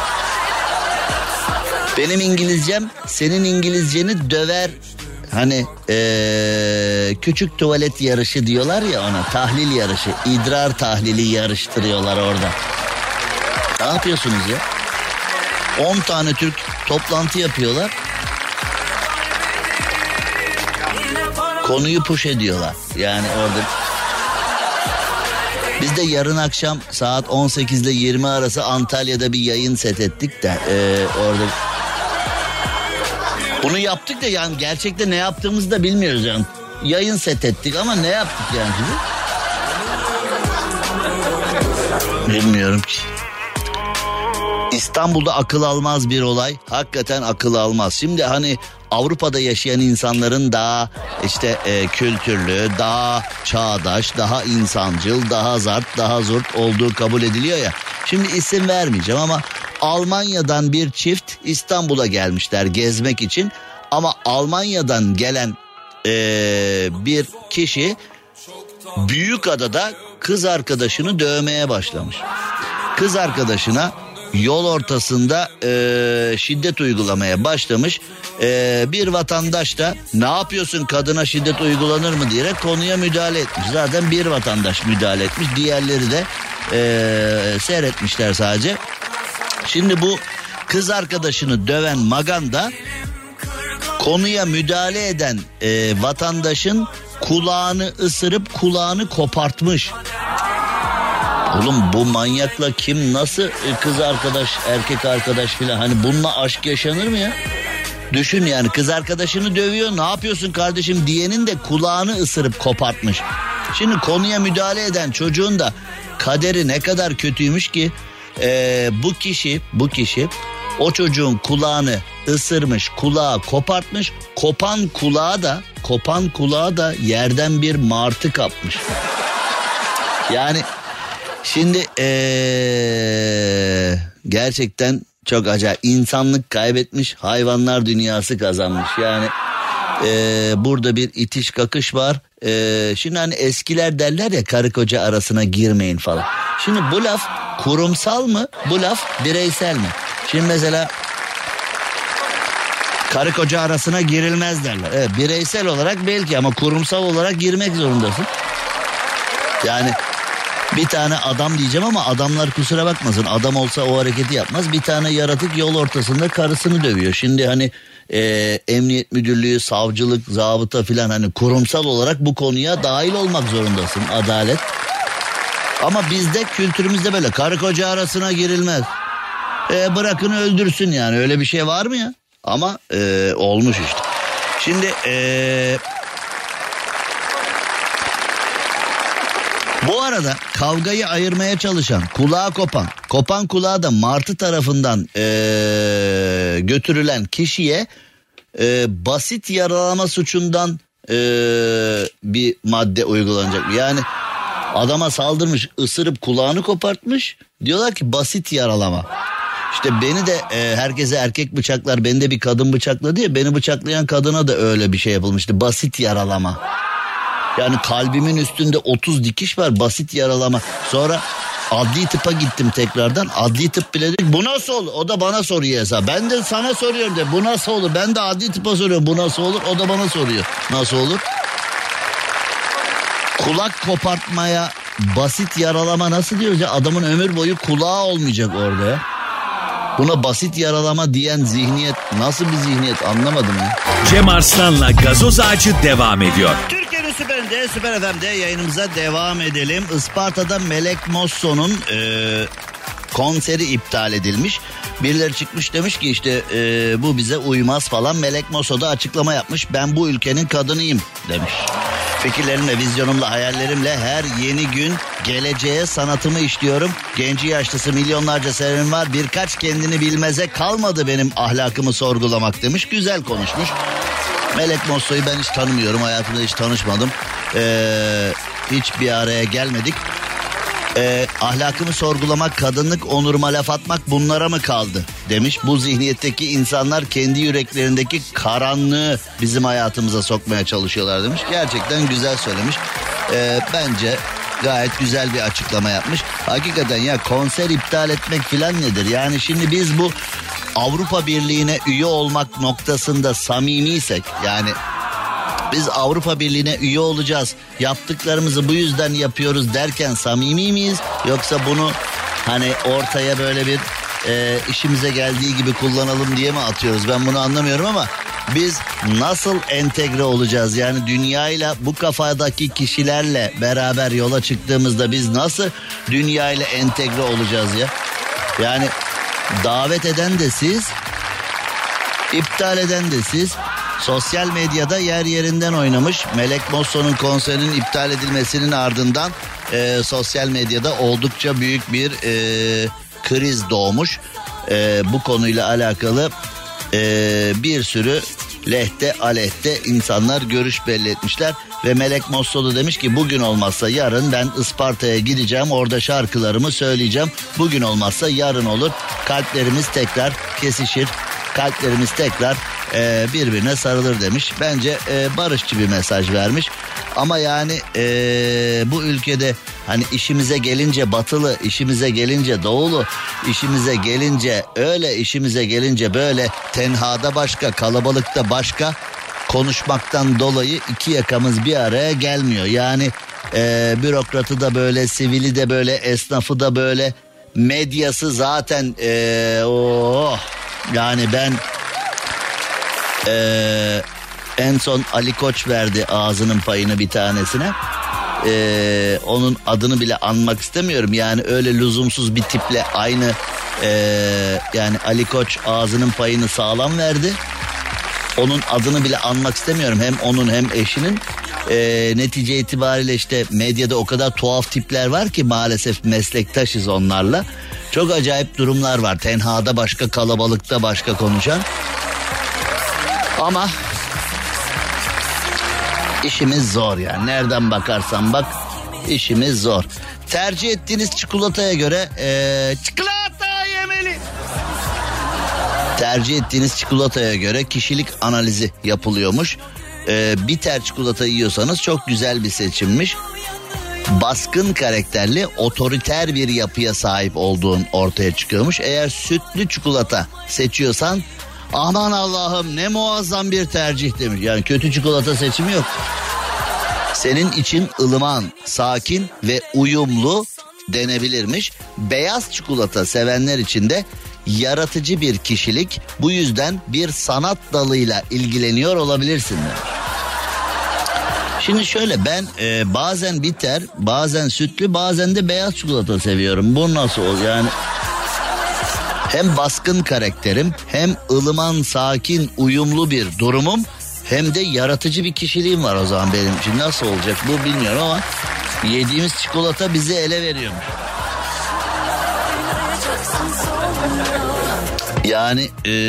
Benim İngilizcem senin İngilizceni döver. Hani küçük tuvalet yarışı diyorlar ya ona, tahlil yarışı, idrar tahlili yarıştırıyorlar orada. Ne yapıyorsunuz ya? 10 tane Türk toplantı yapıyorlar. Konuyu push ediyorlar. Yani orada. Biz de yarın akşam saat 18 ile 20 arası Antalya'da bir yayın set ettik de orada. Bunu yaptık da yani gerçekten ne yaptığımızı da bilmiyoruz yani. Yayın set ettik ama ne yaptık yani şimdi? Bilmiyorum ki. İstanbul'da akıl almaz bir olay. Hakikaten akıl almaz. Şimdi hani Avrupa'da yaşayan insanların daha işte kültürlü, daha çağdaş, daha insancıl, daha zart, daha zurt olduğu kabul ediliyor ya. Şimdi isim vermeyeceğim ama Almanya'dan bir çift İstanbul'a gelmişler gezmek için. Ama Almanya'dan gelen bir kişi Büyükada'da kız arkadaşını dövmeye başlamış. Kız arkadaşına yol ortasında şiddet uygulamaya başlamış. Bir vatandaş da ne yapıyorsun, kadına şiddet uygulanır mı diyerek konuya müdahale etmiş. Zaten bir vatandaş müdahale etmiş, diğerleri de seyretmişler sadece. Şimdi bu kız arkadaşını döven maganda konuya müdahale eden vatandaşın kulağını ısırıp kulağını kopartmış. Oğlum bu manyakla kim, nasıl kız arkadaş, erkek arkadaş filan, hani bununla aşk yaşanır mı ya? Düşün yani, kız arkadaşını dövüyor, ne yapıyorsun kardeşim diyenin de kulağını ısırıp kopartmış. Şimdi konuya müdahale eden çocuğun da kaderi ne kadar kötüymüş ki bu kişi O çocuğun kulağını ısırmış, kulağı kopartmış. Kopan kulağı da yerden bir martı kapmış. Yani şimdi gerçekten çok acayip. İnsanlık kaybetmiş, hayvanlar dünyası kazanmış. Yani burada bir itiş kakış var. Şimdi hani eskiler derler ya, karı koca arasına girmeyin falan. Şimdi bu laf kurumsal mı, bu laf bireysel mi? Şimdi mesela karı koca arasına girilmez derler. Evet, bireysel olarak belki ama kurumsal olarak girmek zorundasın. Yani bir tane adam diyeceğim ama adamlar kusura bakmasın. Adam olsa o hareketi yapmaz. Bir tane yaratık yol ortasında karısını dövüyor. Şimdi hani emniyet müdürlüğü, savcılık, zabıta filan, hani kurumsal olarak bu konuya dahil olmak zorundasın. Adalet. Ama bizde, kültürümüzde böyle karı koca arasına girilmez. Bırakın öldürsün yani, öyle bir şey var mı ya? Ama olmuş işte. Şimdi bu arada kavgayı ayırmaya çalışan, kulağı kopan kulağı da martı tarafından götürülen kişiye basit yaralama suçundan bir madde uygulanacak. Yani adama saldırmış, ısırıp kulağını kopartmış, diyorlar ki basit yaralama. İşte beni de herkese erkek bıçaklar, beni de bir kadın bıçakladı ya, beni bıçaklayan kadına da öyle bir şey yapılmıştı, basit yaralama. Yani kalbimin üstünde 30 dikiş var, basit yaralama. Sonra adli tıpa gittim tekrardan. Adli tıp bile dedi bu nasıl olur? O da bana soruyor hesap. Ben de sana soruyorum de bu nasıl olur? Ben de adli tıpa soruyorum bu nasıl olur? O da bana soruyor. Nasıl olur? Kulak kopartmaya basit yaralama nasıl diyoruz ya? Adamın ömür boyu kulağı olmayacak orada ya. Buna basit yaralama diyen zihniyet nasıl bir zihniyet, anlamadım ya. Cem Arslan'la Gazoz Ağacı devam ediyor. Türkiye'nin Süper'inde, Süper FM'de yayınımıza devam edelim. Isparta'da Melek Mosso'nun konseri iptal edilmiş. Birileri çıkmış demiş ki işte bu bize uymaz falan. Melek Mosso da açıklama yapmış. Ben bu ülkenin kadınıyım demiş. Fikirlerimle, vizyonumla, hayallerimle her yeni gün geleceğe sanatımı işliyorum. Genci yaşlısı milyonlarca sevenim var. Birkaç kendini bilmeze kalmadı benim ahlakımı sorgulamak demiş. Güzel konuşmuş. Melek Mosso'yu ben hiç tanımıyorum. Hayatımda hiç tanışmadım. Hiç bir araya gelmedik. Ahlakımı sorgulamak, kadınlık onuruma laf atmak bunlara mı kaldı demiş. Bu zihniyetteki insanlar kendi yüreklerindeki karanlığı bizim hayatımıza sokmaya çalışıyorlar demiş. Gerçekten güzel söylemiş. Bence gayet güzel bir açıklama yapmış. Hakikaten ya, konser iptal etmek filan nedir? Yani şimdi biz bu Avrupa Birliği'ne üye olmak noktasında samimiysek, yani biz Avrupa Birliği'ne üye olacağız, yaptıklarımızı bu yüzden yapıyoruz derken samimi miyiz? Yoksa bunu hani ortaya böyle bir işimize geldiği gibi kullanalım diye mi atıyoruz? Ben bunu anlamıyorum ama biz nasıl entegre olacağız? Yani dünyayla, bu kafadaki kişilerle beraber yola çıktığımızda biz nasıl dünyayla entegre olacağız ya? Yani davet eden de siz, iptal eden de siz. Sosyal medyada yer yerinden oynamış. Melek Mosso'nun konserinin iptal edilmesinin ardından sosyal medyada oldukça büyük bir kriz doğmuş. Bu konuyla alakalı bir sürü lehte aleyhte insanlar görüş belli etmişler. Ve Melek Mosso da demiş ki bugün olmazsa yarın ben Isparta'ya gideceğim, orada şarkılarımı söyleyeceğim. Bugün olmazsa yarın olur. Kalplerimiz tekrar kesişir. Kalplerimiz tekrar birbirine sarılır demiş. Bence barışçı bir mesaj vermiş. Ama yani bu ülkede hani işimize gelince batılı, işimize gelince doğulu, işimize gelince öyle, işimize gelince böyle, tenhada başka, kalabalıkta başka, konuşmaktan dolayı iki yakamız bir araya gelmiyor. Yani bürokratı da böyle, sivili de böyle, esnafı da böyle, medyası zaten yani ben en son Ali Koç verdi ağzının payını bir tanesine. Onun adını bile anmak istemiyorum. Yani öyle lüzumsuz bir tiple aynı yani Ali Koç ağzının payını sağlam verdi. Onun adını bile anmak istemiyorum. Hem onun hem eşinin. Netice itibariyle işte medyada o kadar tuhaf tipler var ki maalesef meslektaşız onlarla. Çok acayip durumlar var. Tenhada başka, kalabalıkta başka konuşan. Ama işimiz zor yani. Nereden bakarsan bak işimiz zor. Tercih ettiğiniz çikolataya göre çikolata yemeli. Tercih ettiğiniz çikolataya göre kişilik analizi yapılıyormuş. Bitter çikolata yiyorsanız çok güzel bir seçimmiş. Baskın karakterli, otoriter bir yapıya sahip olduğun ortaya çıkıyormuş. Eğer sütlü çikolata seçiyorsan aman Allah'ım ne muazzam bir tercih demiş. Yani kötü çikolata seçimi yok. Senin için ılıman, sakin ve uyumlu denebilirmiş. Beyaz çikolata sevenler için de yaratıcı bir kişilik. Bu yüzden bir sanat dalıyla ilgileniyor olabilirsin demiş. Şimdi şöyle ben bazen bitter, bazen sütlü, bazen de beyaz çikolata seviyorum. Bu nasıl oluyor yani? Hem baskın karakterim, hem ılıman, sakin, uyumlu bir durumum, hem de yaratıcı bir kişiliğim var o zaman benim için. Nasıl olacak bu bilmiyorum ama yediğimiz çikolata bizi ele veriyormuş. Yani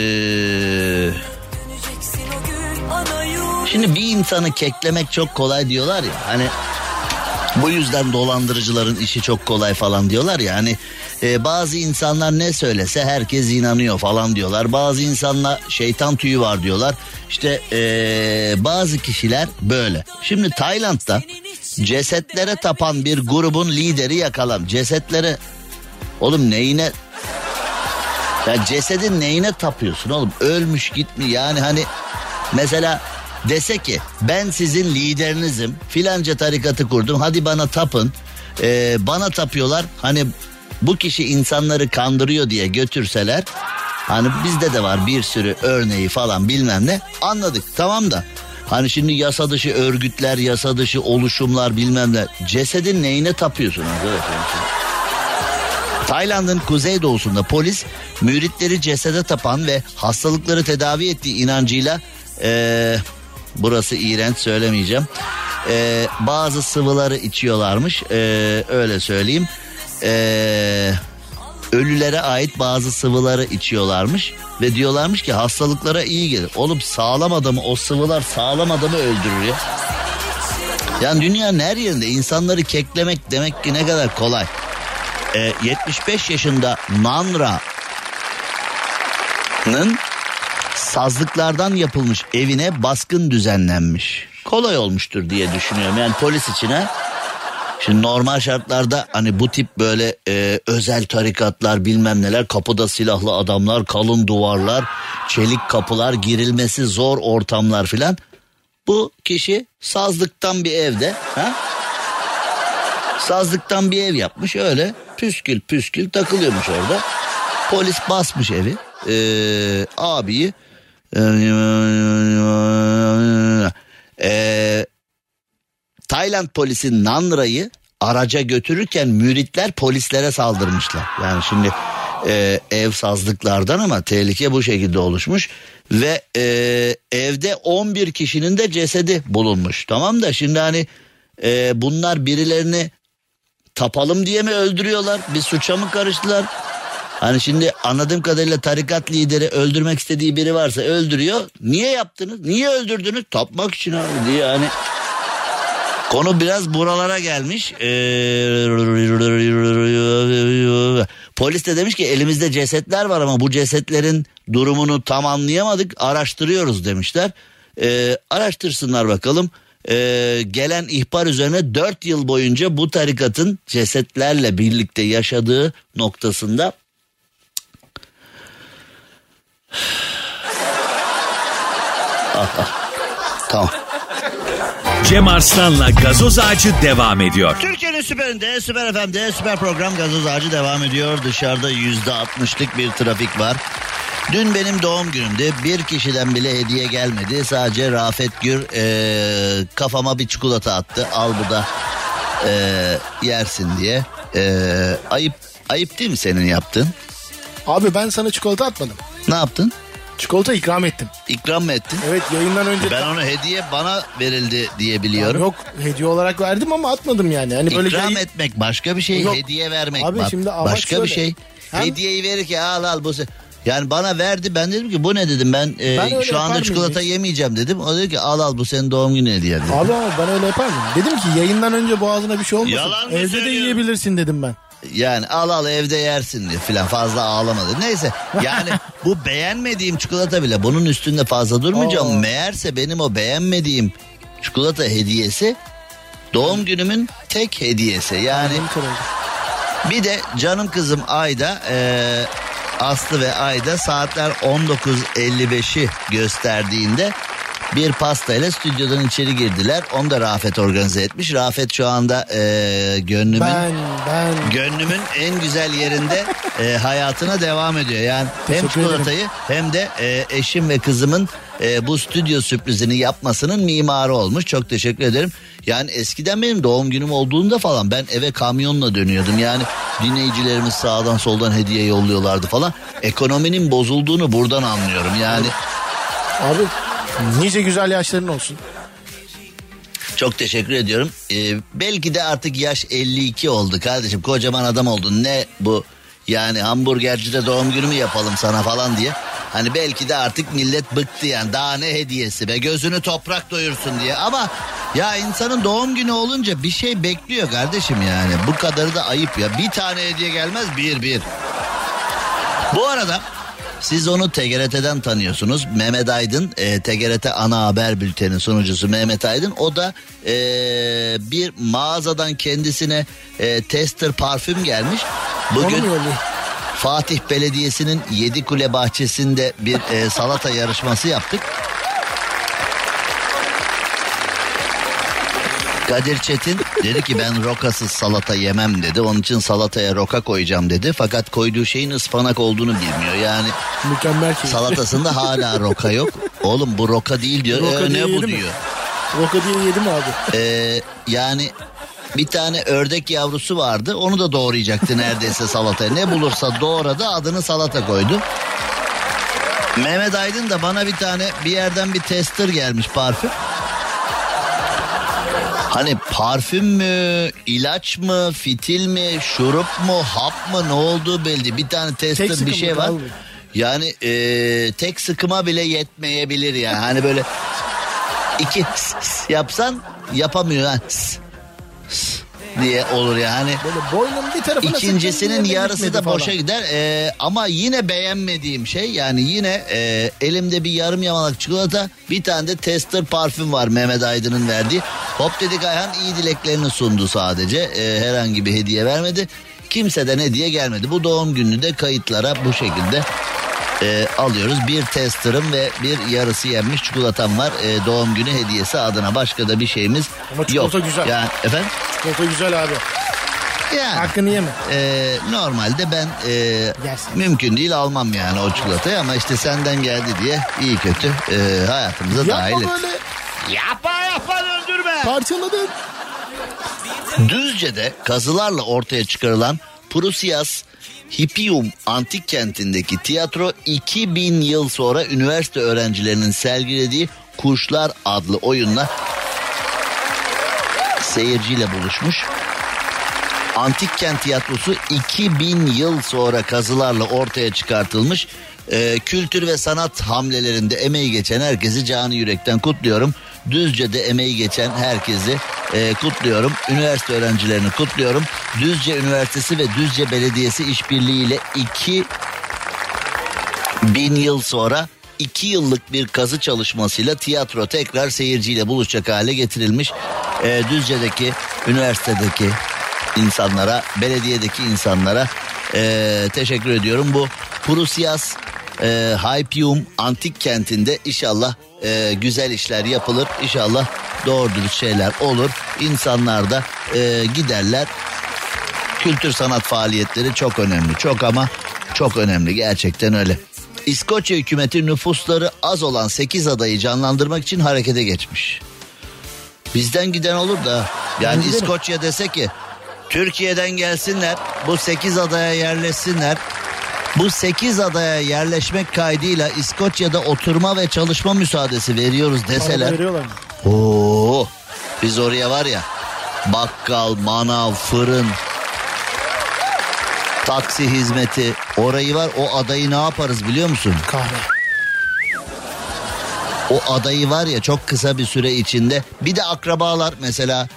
şimdi bir insanı keklemek çok kolay diyorlar ya. Hani bu yüzden dolandırıcıların işi çok kolay falan diyorlar ya. Hani bazı insanlar ne söylese herkes inanıyor falan diyorlar. Bazı insanlar şeytan tüyü var diyorlar. İşte bazı kişiler böyle. Şimdi Tayland'da cesetlere tapan bir grubun lideri yakalan. Cesetlere oğlum neyine? Ya cesedin neyine tapıyorsun oğlum? Ölmüş gitmiş yani hani mesela dese ki ben sizin liderinizim, filanca tarikatı kurdum, hadi bana tapın. Bana tapıyorlar, hani bu kişi insanları kandırıyor diye götürseler, hani bizde de var bir sürü örneği falan bilmem ne, anladık tamam da hani şimdi yasa dışı örgütler, yasa dışı oluşumlar bilmem ne, cesedin neyine tapıyorsun arkadaşlar? Tayland'ın kuzeydoğusunda polis müritleri cesede tapan ve hastalıkları tedavi ettiği inancıyla burası iğrenç söylemeyeceğim. Bazı sıvıları içiyorlarmış. Öyle söyleyeyim. Ölülere ait bazı sıvıları içiyorlarmış. Ve diyorlarmış ki hastalıklara iyi gelir. Oğlum sağlam adamı, o sıvılar sağlam adamı öldürür ya. Yani dünyanın her yerinde insanları keklemek demek ki ne kadar kolay. 75 yaşında Nanra'nın sazlıklardan yapılmış evine baskın düzenlenmiş. Kolay olmuştur diye düşünüyorum. Yani polis için ha. Şimdi normal şartlarda hani bu tip böyle özel tarikatlar bilmem neler, kapıda silahlı adamlar, kalın duvarlar, çelik kapılar, girilmesi zor ortamlar filan. Bu kişi sazlıktan bir evde ha? Sazlıktan bir ev yapmış, öyle püskül püskül takılıyormuş orada. Polis basmış evi. Abiyi Tayland polisi Nanra'yı araca götürürken müritler polislere saldırmışlar. Yani şimdi ev sazlıklardan ama tehlike bu şekilde oluşmuş. Ve evde 11 kişinin de cesedi bulunmuş. Tamam da şimdi hani bunlar birilerini tapalım diye mi öldürüyorlar? Bir suça mı karıştılar? Hani şimdi anladığım kadarıyla tarikat lideri öldürmek istediği biri varsa öldürüyor. Niye yaptınız? Niye öldürdünüz? Tapmak için abi diye hani. Konu biraz buralara gelmiş. Polis de demiş ki elimizde cesetler var ama bu cesetlerin durumunu tam anlayamadık. Araştırıyoruz demişler. Araştırsınlar bakalım. Gelen ihbar üzerine 4 yıl boyunca bu tarikatın cesetlerle birlikte yaşadığı noktasında tamam. Cem Arslan'la Gazoz Ağacı devam ediyor. Türkiye'nin süperinde, Süper FM'de süper program Gazoz Ağacı devam ediyor. Dışarıda %60'lık bir trafik var. Dün benim doğum günümdü. Bir kişiden bile hediye gelmedi. Sadece Rafet Gür kafama bir çikolata attı. Al bu da yersin diye. Ayıp değil mi senin yaptığın? Abi ben sana çikolata atmadım. Ne yaptın? Çikolata ikram ettim. İkram mı ettin? Evet, yayından önce. Ben onu hediye bana verildi diye biliyorum. Yok, hediye olarak verdim ama atmadım yani. Hani böyle İkram etmek başka bir şey, Yok. hediye vermek Abi şimdi başka bir şey. Hem... Hediyeyi verir ki al bu. Yani bana verdi, ben dedim ki bu ne dedim, ben şu anda çikolata yemeyeceğim dedim. O dedi ki al bu senin doğum günü hediyen dedi. Abi ben öyle yapar mıyım? Dedim ki yayından önce boğazına bir şey olmasın. Yalan mı Evde söylüyorum? de yiyebilirsin dedim ben. Yani al evde yersin diye filan, fazla ağlamadı. Neyse yani bu beğenmediğim çikolata bile bunun üstünde fazla durmayacağım. Meğerse benim o beğenmediğim çikolata hediyesi doğum günümün tek hediyesi. Yani bir de canım kızım Ayda, Aslı ve Ayda saatler 19.55'i gösterdiğinde bir pastayla stüdyodan içeri girdiler. Onu da Rafet organize etmiş. Rafet şu anda gönlümün en güzel yerinde hayatına devam ediyor. Yani hem çikolatayı hem de eşim ve kızımın bu stüdyo sürprizini yapmasının mimarı olmuş. Çok teşekkür ederim. Yani eskiden benim doğum günüm olduğunda falan ben eve kamyonla dönüyordum. Yani dinleyicilerimiz sağdan soldan hediye yolluyorlardı falan. Ekonominin bozulduğunu buradan anlıyorum. Yani abi nice güzel yaşların olsun. çok teşekkür ediyorum. Belki de artık yaş 52 oldu kardeşim. Kocaman adam oldun. Ne bu? Yani hamburgercide doğum günü mü yapalım sana falan diye. Hani belki de artık millet bıktı yani. Daha ne hediyesi be, gözünü toprak doyursun diye. Ama ya insanın doğum günü olunca bir şey bekliyor kardeşim yani. Bu kadarı da ayıp ya. Bir tane hediye gelmez, bir. Bu arada siz onu TGRT'den tanıyorsunuz. Mehmet Aydın, TGRT Ana Haber Bülteni sunucusu Mehmet Aydın. O da bir mağazadan kendisine tester parfüm gelmiş. Bugün Fatih Belediyesi'nin Yedikule bahçesinde bir salata yarışması yaptık. Kadir Çetin dedi ki ben rokasız salata yemem dedi. Onun için salataya roka koyacağım dedi. Fakat koyduğu şeyin ıspanak olduğunu bilmiyor. Yani mükemmel şey. Salatasında hala roka yok. Oğlum bu roka değil diyor. Roka Ne bu mi? diyor. Roka diye yedim abi. Yani bir tane ördek yavrusu vardı. Onu da doğrayacaktı neredeyse salataya. Ne bulursa doğradı, adını salata koydu. Mehmet Aydın da bana bir yerden bir tester gelmiş parfüm. Hani parfüm mü, ilaç mı, fitil mi, şurup mu, hap mı, ne olduğu belli. Bir tane tester bir şey var. Yani tek sıkıma bile yetmeyebilir yani. Hani böyle iki yapsan yapamıyor. Ha. Diye olur yani. Böyle boynun bir tarafına İkincisinin yarısı da boşa gider. Ama yine beğenmediğim şey, yani yine elimde bir yarım yamalak çikolata, bir tane de tester parfüm var Mehmet Aydın'ın verdiği. Hop dedik Ayhan iyi dileklerini sundu sadece. Herhangi bir hediye vermedi. Kimseden hediye gelmedi. Bu doğum gününü de kayıtlara bu şekilde alıyoruz. Bir testerım ve bir yarısı yenmiş çikolatam var. Doğum günü hediyesi adına, başka da bir şeyimiz ama çikolata yok. Güzel. Yani, efendim? Çikolata güzel abi. Yani, hakkını yeme. Normalde ben mümkün değil almam yani o çikolatayı, ama işte senden geldi diye iyi kötü hayatımıza dahil et. Yapma öldürme. Parçaladın. Düzce'de kazılarla ortaya çıkarılan Prusias Hippium antik kentindeki tiyatro 2000 yıl sonra üniversite öğrencilerinin sergilediği Kuşlar adlı oyunla seyirciyle buluşmuş. Antik kent tiyatrosu 2000 yıl sonra kazılarla ortaya çıkartılmış. Kültür ve sanat hamlelerinde emeği geçen herkesi canı yürekten kutluyorum. Düzce'de emeği geçen herkesi kutluyorum. Üniversite öğrencilerini kutluyorum. Düzce Üniversitesi ve Düzce Belediyesi işbirliğiyle 2000 yıl sonra 2 yıllık bir kazı çalışmasıyla tiyatro tekrar seyirciyle buluşacak hale getirilmiş. Düzce'deki, üniversitedeki insanlara, belediyedeki insanlara teşekkür ediyorum. Bu Prusias Hippium antik kentinde inşallah güzel işler yapılır. İnşallah doğru dürüst şeyler olur. İnsanlar da giderler. Kültür sanat faaliyetleri çok önemli. Çok ama çok önemli, gerçekten öyle. İskoçya hükümeti nüfusları az olan 8 adayı canlandırmak için harekete geçmiş. Bizden giden olur da, yani İskoçya dese ki Türkiye'den gelsinler, bu 8 adaya yerleşsinler. Bu 8 adaya yerleşmek kaydıyla İskoçya'da oturma ve çalışma müsaadesi veriyoruz deseler. Veriyorlar mı? Oo, biz oraya var ya, bakkal, manav, fırın, taksi hizmeti, orayı var, o adayı ne yaparız biliyor musun? Kahve. O adayı var ya çok kısa bir süre içinde, bir de akrabalar mesela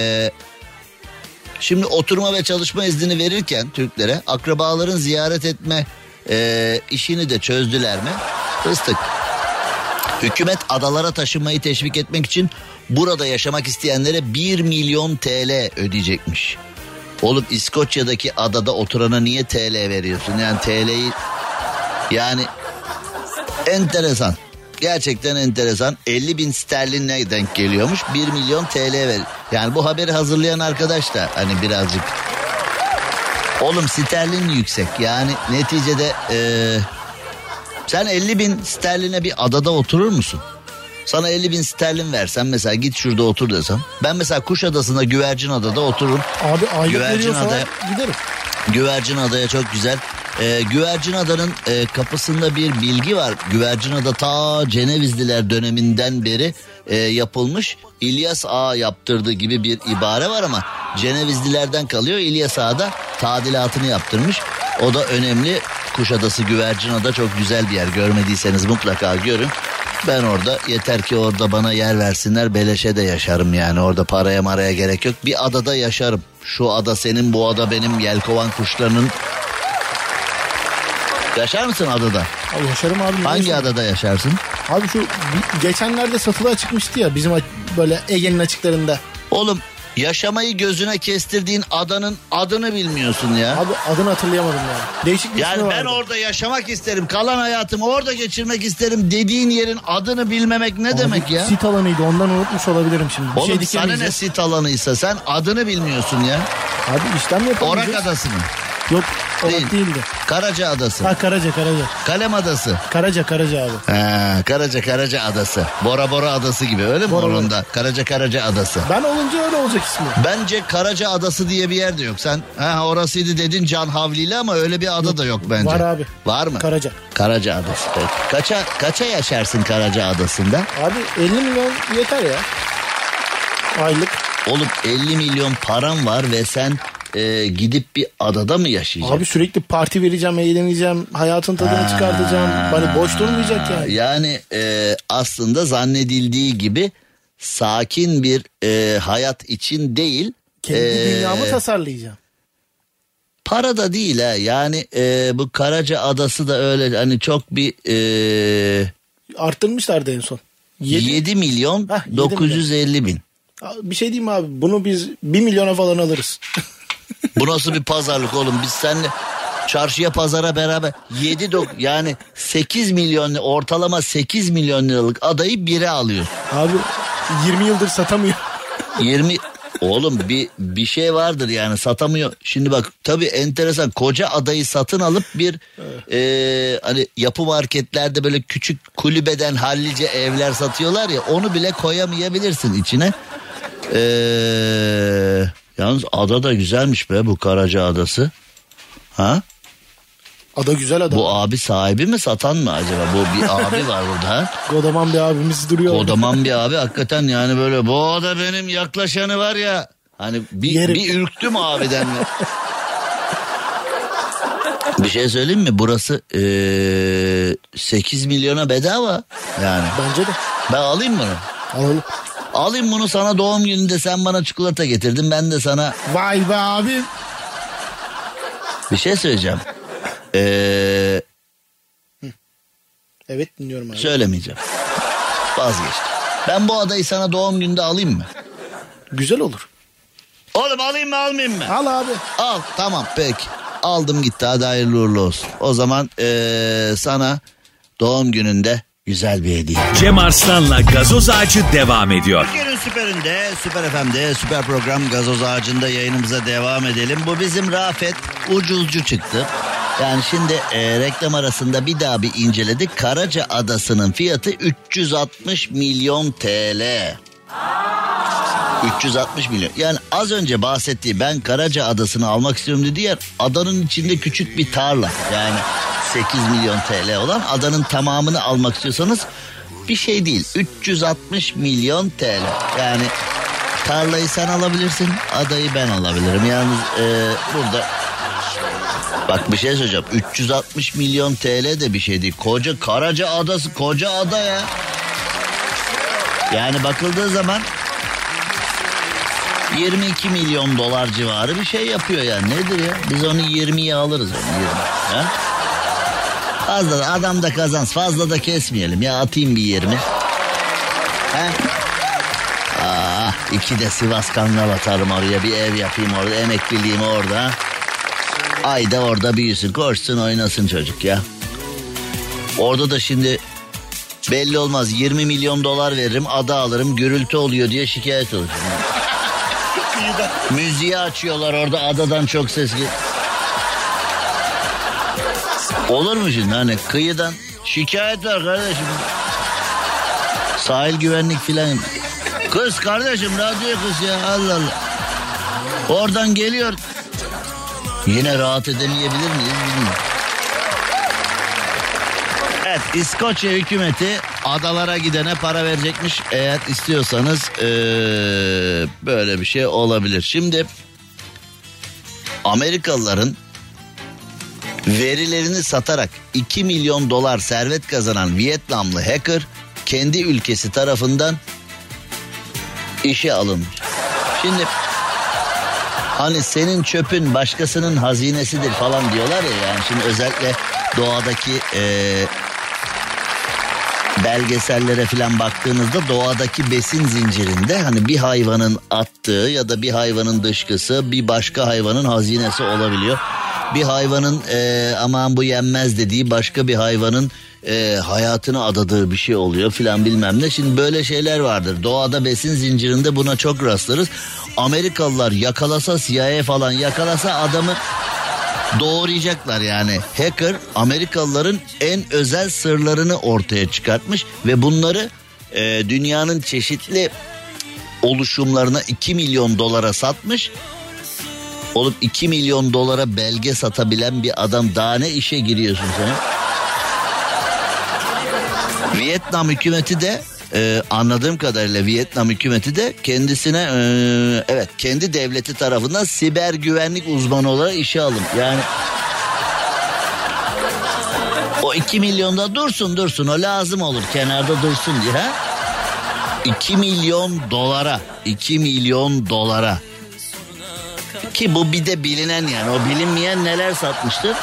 şimdi oturma ve çalışma iznini verirken Türklere akrabaların ziyaret etme işini de çözdüler mi? Fıstık. Hükümet adalara taşınmayı teşvik etmek için burada yaşamak isteyenlere 1 milyon TL ödeyecekmiş. Oğlum İskoçya'daki adada oturana niye TL veriyorsun? Yani TL'yi, yani enteresan. Gerçekten enteresan. 50.000 sterlinle denk geliyormuş. 1 milyon TL ver. Yani bu haberi hazırlayan arkadaş da hani birazcık. Oğlum sterlin yüksek. Yani neticede sen 50.000 sterline bir adada oturur musun? Sana 50.000 sterlin versem mesela, git şurada otur desem. Ben mesela Kuşadası'nda Güvercinada'da otururum. Abi aylık veriyorsa giderim. Güvercinada'ya çok güzel. Güvercinada'nın kapısında bir bilgi var. Güvercinada ta Cenevizliler döneminden beri yapılmış. İlyas Ağa yaptırdığı gibi bir ibare var ama Cenevizlilerden kalıyor. İlyas Ağa da tadilatını yaptırmış. O da önemli. Kuşadası Güvercinada çok güzel bir yer. Görmediyseniz mutlaka görün. Ben orada, yeter ki orada bana yer versinler, beleşe de yaşarım yani. Orada paraya maraya gerek yok. Bir adada yaşarım. Şu ada senin, bu ada benim, yelkovan kuşlarının. Yaşar mısın adada? Abi yaşarım abi. Hangi adada yaşarsın? Abi şu geçenlerde satılığa çıkmıştı ya bizim böyle Ege'nin açıklarında. Oğlum yaşamayı gözüne kestirdiğin adanın adını bilmiyorsun ya. Abi adını hatırlayamadım ya. Değişik bir yani ismi ben vardı. orada yaşamak isterim, kalan hayatımı orada geçirmek isterim dediğin yerin adını bilmemek ne abi, demek ya? Sit alanıydı, ondan unutmuş olabilirim şimdi. Oğlum bir sana ne sit alanıysa, sen adını bilmiyorsun ya. Abi işlem yapamayacağız. Orak Adası mı? Yok, Orak değildi. Karaca Adası. Ha, Karaca. Kalem Adası. Karaca abi. Ha, Karaca Adası. Bora Adası gibi, öyle mi orunda? Karaca Adası. Ben olunca öyle olacak ismi. Bence Karaca Adası diye bir yer de yok. Sen orasıydı dedin Can Havli'yle ama öyle bir ada da yok bence. Var abi. Var mı? Karaca Adası. Peki. Kaça yaşarsın Karaca Adası'nda? Abi 50 milyon yeter ya. Aylık. Oğlum 50 milyon param var ve sen gidip bir adada mı yaşayacaksın? Abi sürekli parti vereceğim, eğleneceğim, hayatın tadını çıkartacağım. Hani boş durmayacak yani. Yani aslında zannedildiği gibi sakin bir hayat için değil. Kendi dünyamı tasarlayacağım. Para da değil ha. Yani bu Karaca Adası da öyle hani çok bir... Arttırmışlardı en son. 7 milyon 950 bin. Bir şey diyeyim mi abi? Bunu biz 1 milyona falan alırız. Bu nasıl bir pazarlık oğlum? Biz seninle çarşıya pazara beraber yani 8 milyon, ortalama 8 milyon liralık adayı 1'e alıyor. Abi 20 yıldır satamıyor. 20 oğlum bir şey vardır yani, satamıyor. Şimdi bak tabii enteresan, koca adayı satın alıp bir hani yapı marketlerde böyle küçük kulübeden hallice evler satıyorlar ya, onu bile koyamayabilirsin içine. Yalnız ada da güzelmiş be, bu Karaca Adası. Ha? Ada güzel ada. Bu abi sahibi mi, satan mı acaba? Bu bir abi var burada ha? Kodaman bir abimiz duruyor. Kodaman bir abi hakikaten, yani böyle bu ada benim, yaklaşanı var ya. Hani bir ürktüm abiden mi? Bir şey söyleyeyim mi? Burası 8 milyona bedava yani. Bence de. Ben alayım bunu. Alalım. Alayım bunu sana, doğum gününde sen bana çikolata getirdin, ben de sana... Vay be abim. Bir şey söyleyeceğim. Evet, dinliyorum abi. Söylemeyeceğim. Vazgeçtim. Ben bu adayı sana doğum gününde alayım mı? Güzel olur. Oğlum alayım mı almayayım mı? Al abi. Al, tamam peki. Aldım gitti, hadi hayırlı uğurlu olsun. O zaman sana doğum gününde güzel bir hediye. Cem Arslan'la Gazoz Ağacı devam ediyor. Bugünün süperinde, Süper FM'de, süper program Gazoz Ağacı'nda yayınımıza devam edelim. Bu bizim Rafet ucuzcu çıktı. Yani şimdi reklam arasında bir daha bir inceledik. Karaca Adası'nın fiyatı 360 milyon TL. 360 milyon. Yani az önce bahsettiği, ben Karaca Adası'nı almak istiyorum dediği yer, adanın içinde küçük bir tarla. Yani 8 milyon TL olan adanın tamamını almak istiyorsanız bir şey değil. 360 milyon TL. Yani tarlayı sen alabilirsin, adayı ben alabilirim. Yalnız burada bak bir şey söyleyeceğim. 360 milyon TL de bir şey değil. Koca Karaca Adası, koca ada ya. Yani bakıldığı zaman 22 milyon dolar civarı bir şey yapıyor yani. Nedir ya? Biz onu 20'ye alırız onu 20. Ha? Fazla da adam da kazansın. Fazla da kesmeyelim ya, atayım bir 20. He? İki de Sivas Kangal atarım oraya, bir ev yapayım orada, emekliliğimi orada. Ayda orada büyüsün, koşsun, oynasın çocuk ya. Orada da şimdi belli olmaz, 20 milyon dolar veririm, ada alırım, gürültü oluyor diye şikayet olur. Müziği açıyorlar orada, adadan çok ses geliyor. Olur mu şimdi hani kıyıdan şikayet var kardeşim. Sahil güvenlik filan. Kız kardeşim, radyo kız ya, Allah Allah. Oradan geliyor. Yine rahat edemeyebilir miyiz bilmiyorum. Evet, İskoçya hükümeti adalara gidene para verecekmiş. Eğer istiyorsanız böyle bir şey olabilir. Şimdi Amerikalıların verilerini satarak 2 milyon dolar servet kazanan Vietnamlı hacker kendi ülkesi tarafından işe alınmış. Şimdi hani senin çöpün başkasının hazinesidir falan diyorlar ya, yani şimdi özellikle doğadaki belgesellere falan baktığınızda doğadaki besin zincirinde hani bir hayvanın attığı ya da bir hayvanın dışkısı bir başka hayvanın hazinesi olabiliyor. Bir hayvanın aman bu yenmez dediği başka bir hayvanın hayatını adadığı bir şey oluyor filan bilmem ne. Şimdi böyle şeyler vardır. Doğada besin zincirinde buna çok rastlarız. Amerikalılar yakalasa, CIA falan yakalasa adamı doğrayacaklar yani. Hacker Amerikalıların en özel sırlarını ortaya çıkartmış ve bunları dünyanın çeşitli oluşumlarına 2 milyon dolara satmış. Olup 2 milyon dolara belge satabilen bir adam, daha ne işe giriyorsun sen? Vietnam hükümeti de anladığım kadarıyla Vietnam hükümeti de kendisine evet kendi devleti tarafından siber güvenlik uzmanı olarak işe alın. Yani o 2 milyonda dursun o lazım olur kenarda dursun diye. Ha? 2 milyon dolara ki bu bir de bilinen, yani o bilinmeyen neler satmıştır.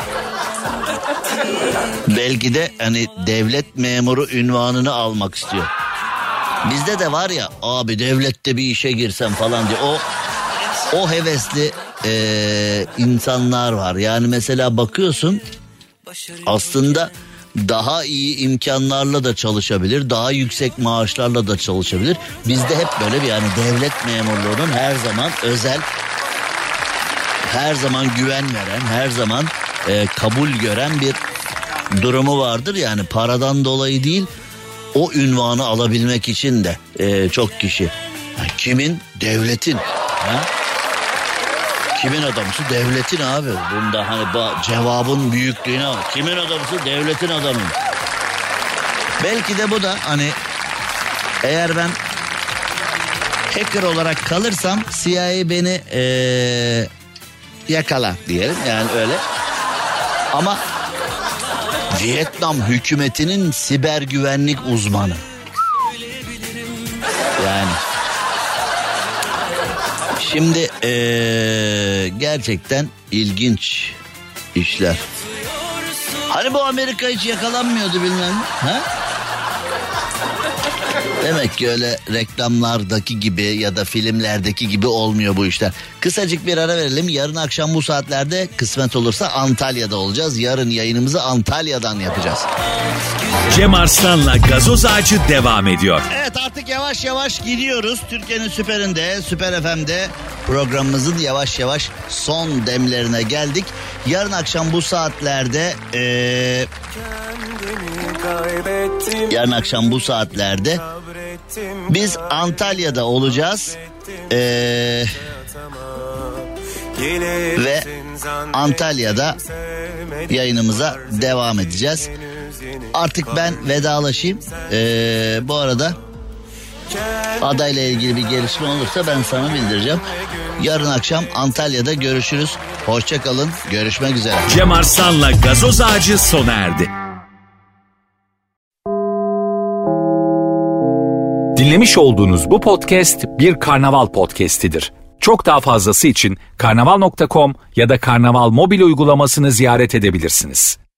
Belki de hani devlet memuru unvanını almak istiyor. Bizde de var ya abi devlette bir işe girsem falan diye o hevesli insanlar var. Yani mesela bakıyorsun aslında daha iyi imkanlarla da çalışabilir, daha yüksek maaşlarla da çalışabilir. Bizde hep böyle bir yani devlet memurluğunun her zaman özel, her zaman güven veren, her zaman kabul gören bir durumu vardır. Yani paradan dolayı değil, o unvanı alabilmek için de çok kişi. Yani kimin? Devletin. Ha? Kimin adamısı? Devletin abi. Bunda hani cevabın büyüklüğüne bak. Kimin adamısı? Devletin adamı. Belki de bu da hani eğer ben hacker olarak kalırsam CIA beni yakala diyelim yani öyle. Ama Vietnam hükümetinin siber güvenlik uzmanı. Yani şimdi gerçekten ilginç işler. Hani bu Amerika hiç yakalanmıyordu bilmem ne. Ha? Demek ki öyle reklamlardaki gibi ya da filmlerdeki gibi olmuyor bu işler. Kısacık bir ara verelim. Yarın akşam bu saatlerde kısmet olursa Antalya'da olacağız. Yarın yayınımızı Antalya'dan yapacağız. Cem Arslan'la Gazoz Ağacı devam ediyor. Evet, artık yavaş yavaş gidiyoruz. Türkiye'nin süperinde, Süper FM'de programımızın yavaş yavaş son demlerine geldik. Yarın akşam bu saatlerde biz Antalya'da olacağız. Ve Antalya'da yayınımıza devam edeceğiz. Artık ben vedalaşayım. Bu arada adayla ilgili bir gelişme olursa ben sana bildireceğim. Yarın akşam Antalya'da görüşürüz. Hoşça kalın. Görüşmek üzere. Cem Arslan'la Gazoz Ağacı sona erdi. Dinlemiş olduğunuz bu podcast bir karnaval podcastidir. Çok daha fazlası için karnaval.com ya da karnaval mobil uygulamasını ziyaret edebilirsiniz.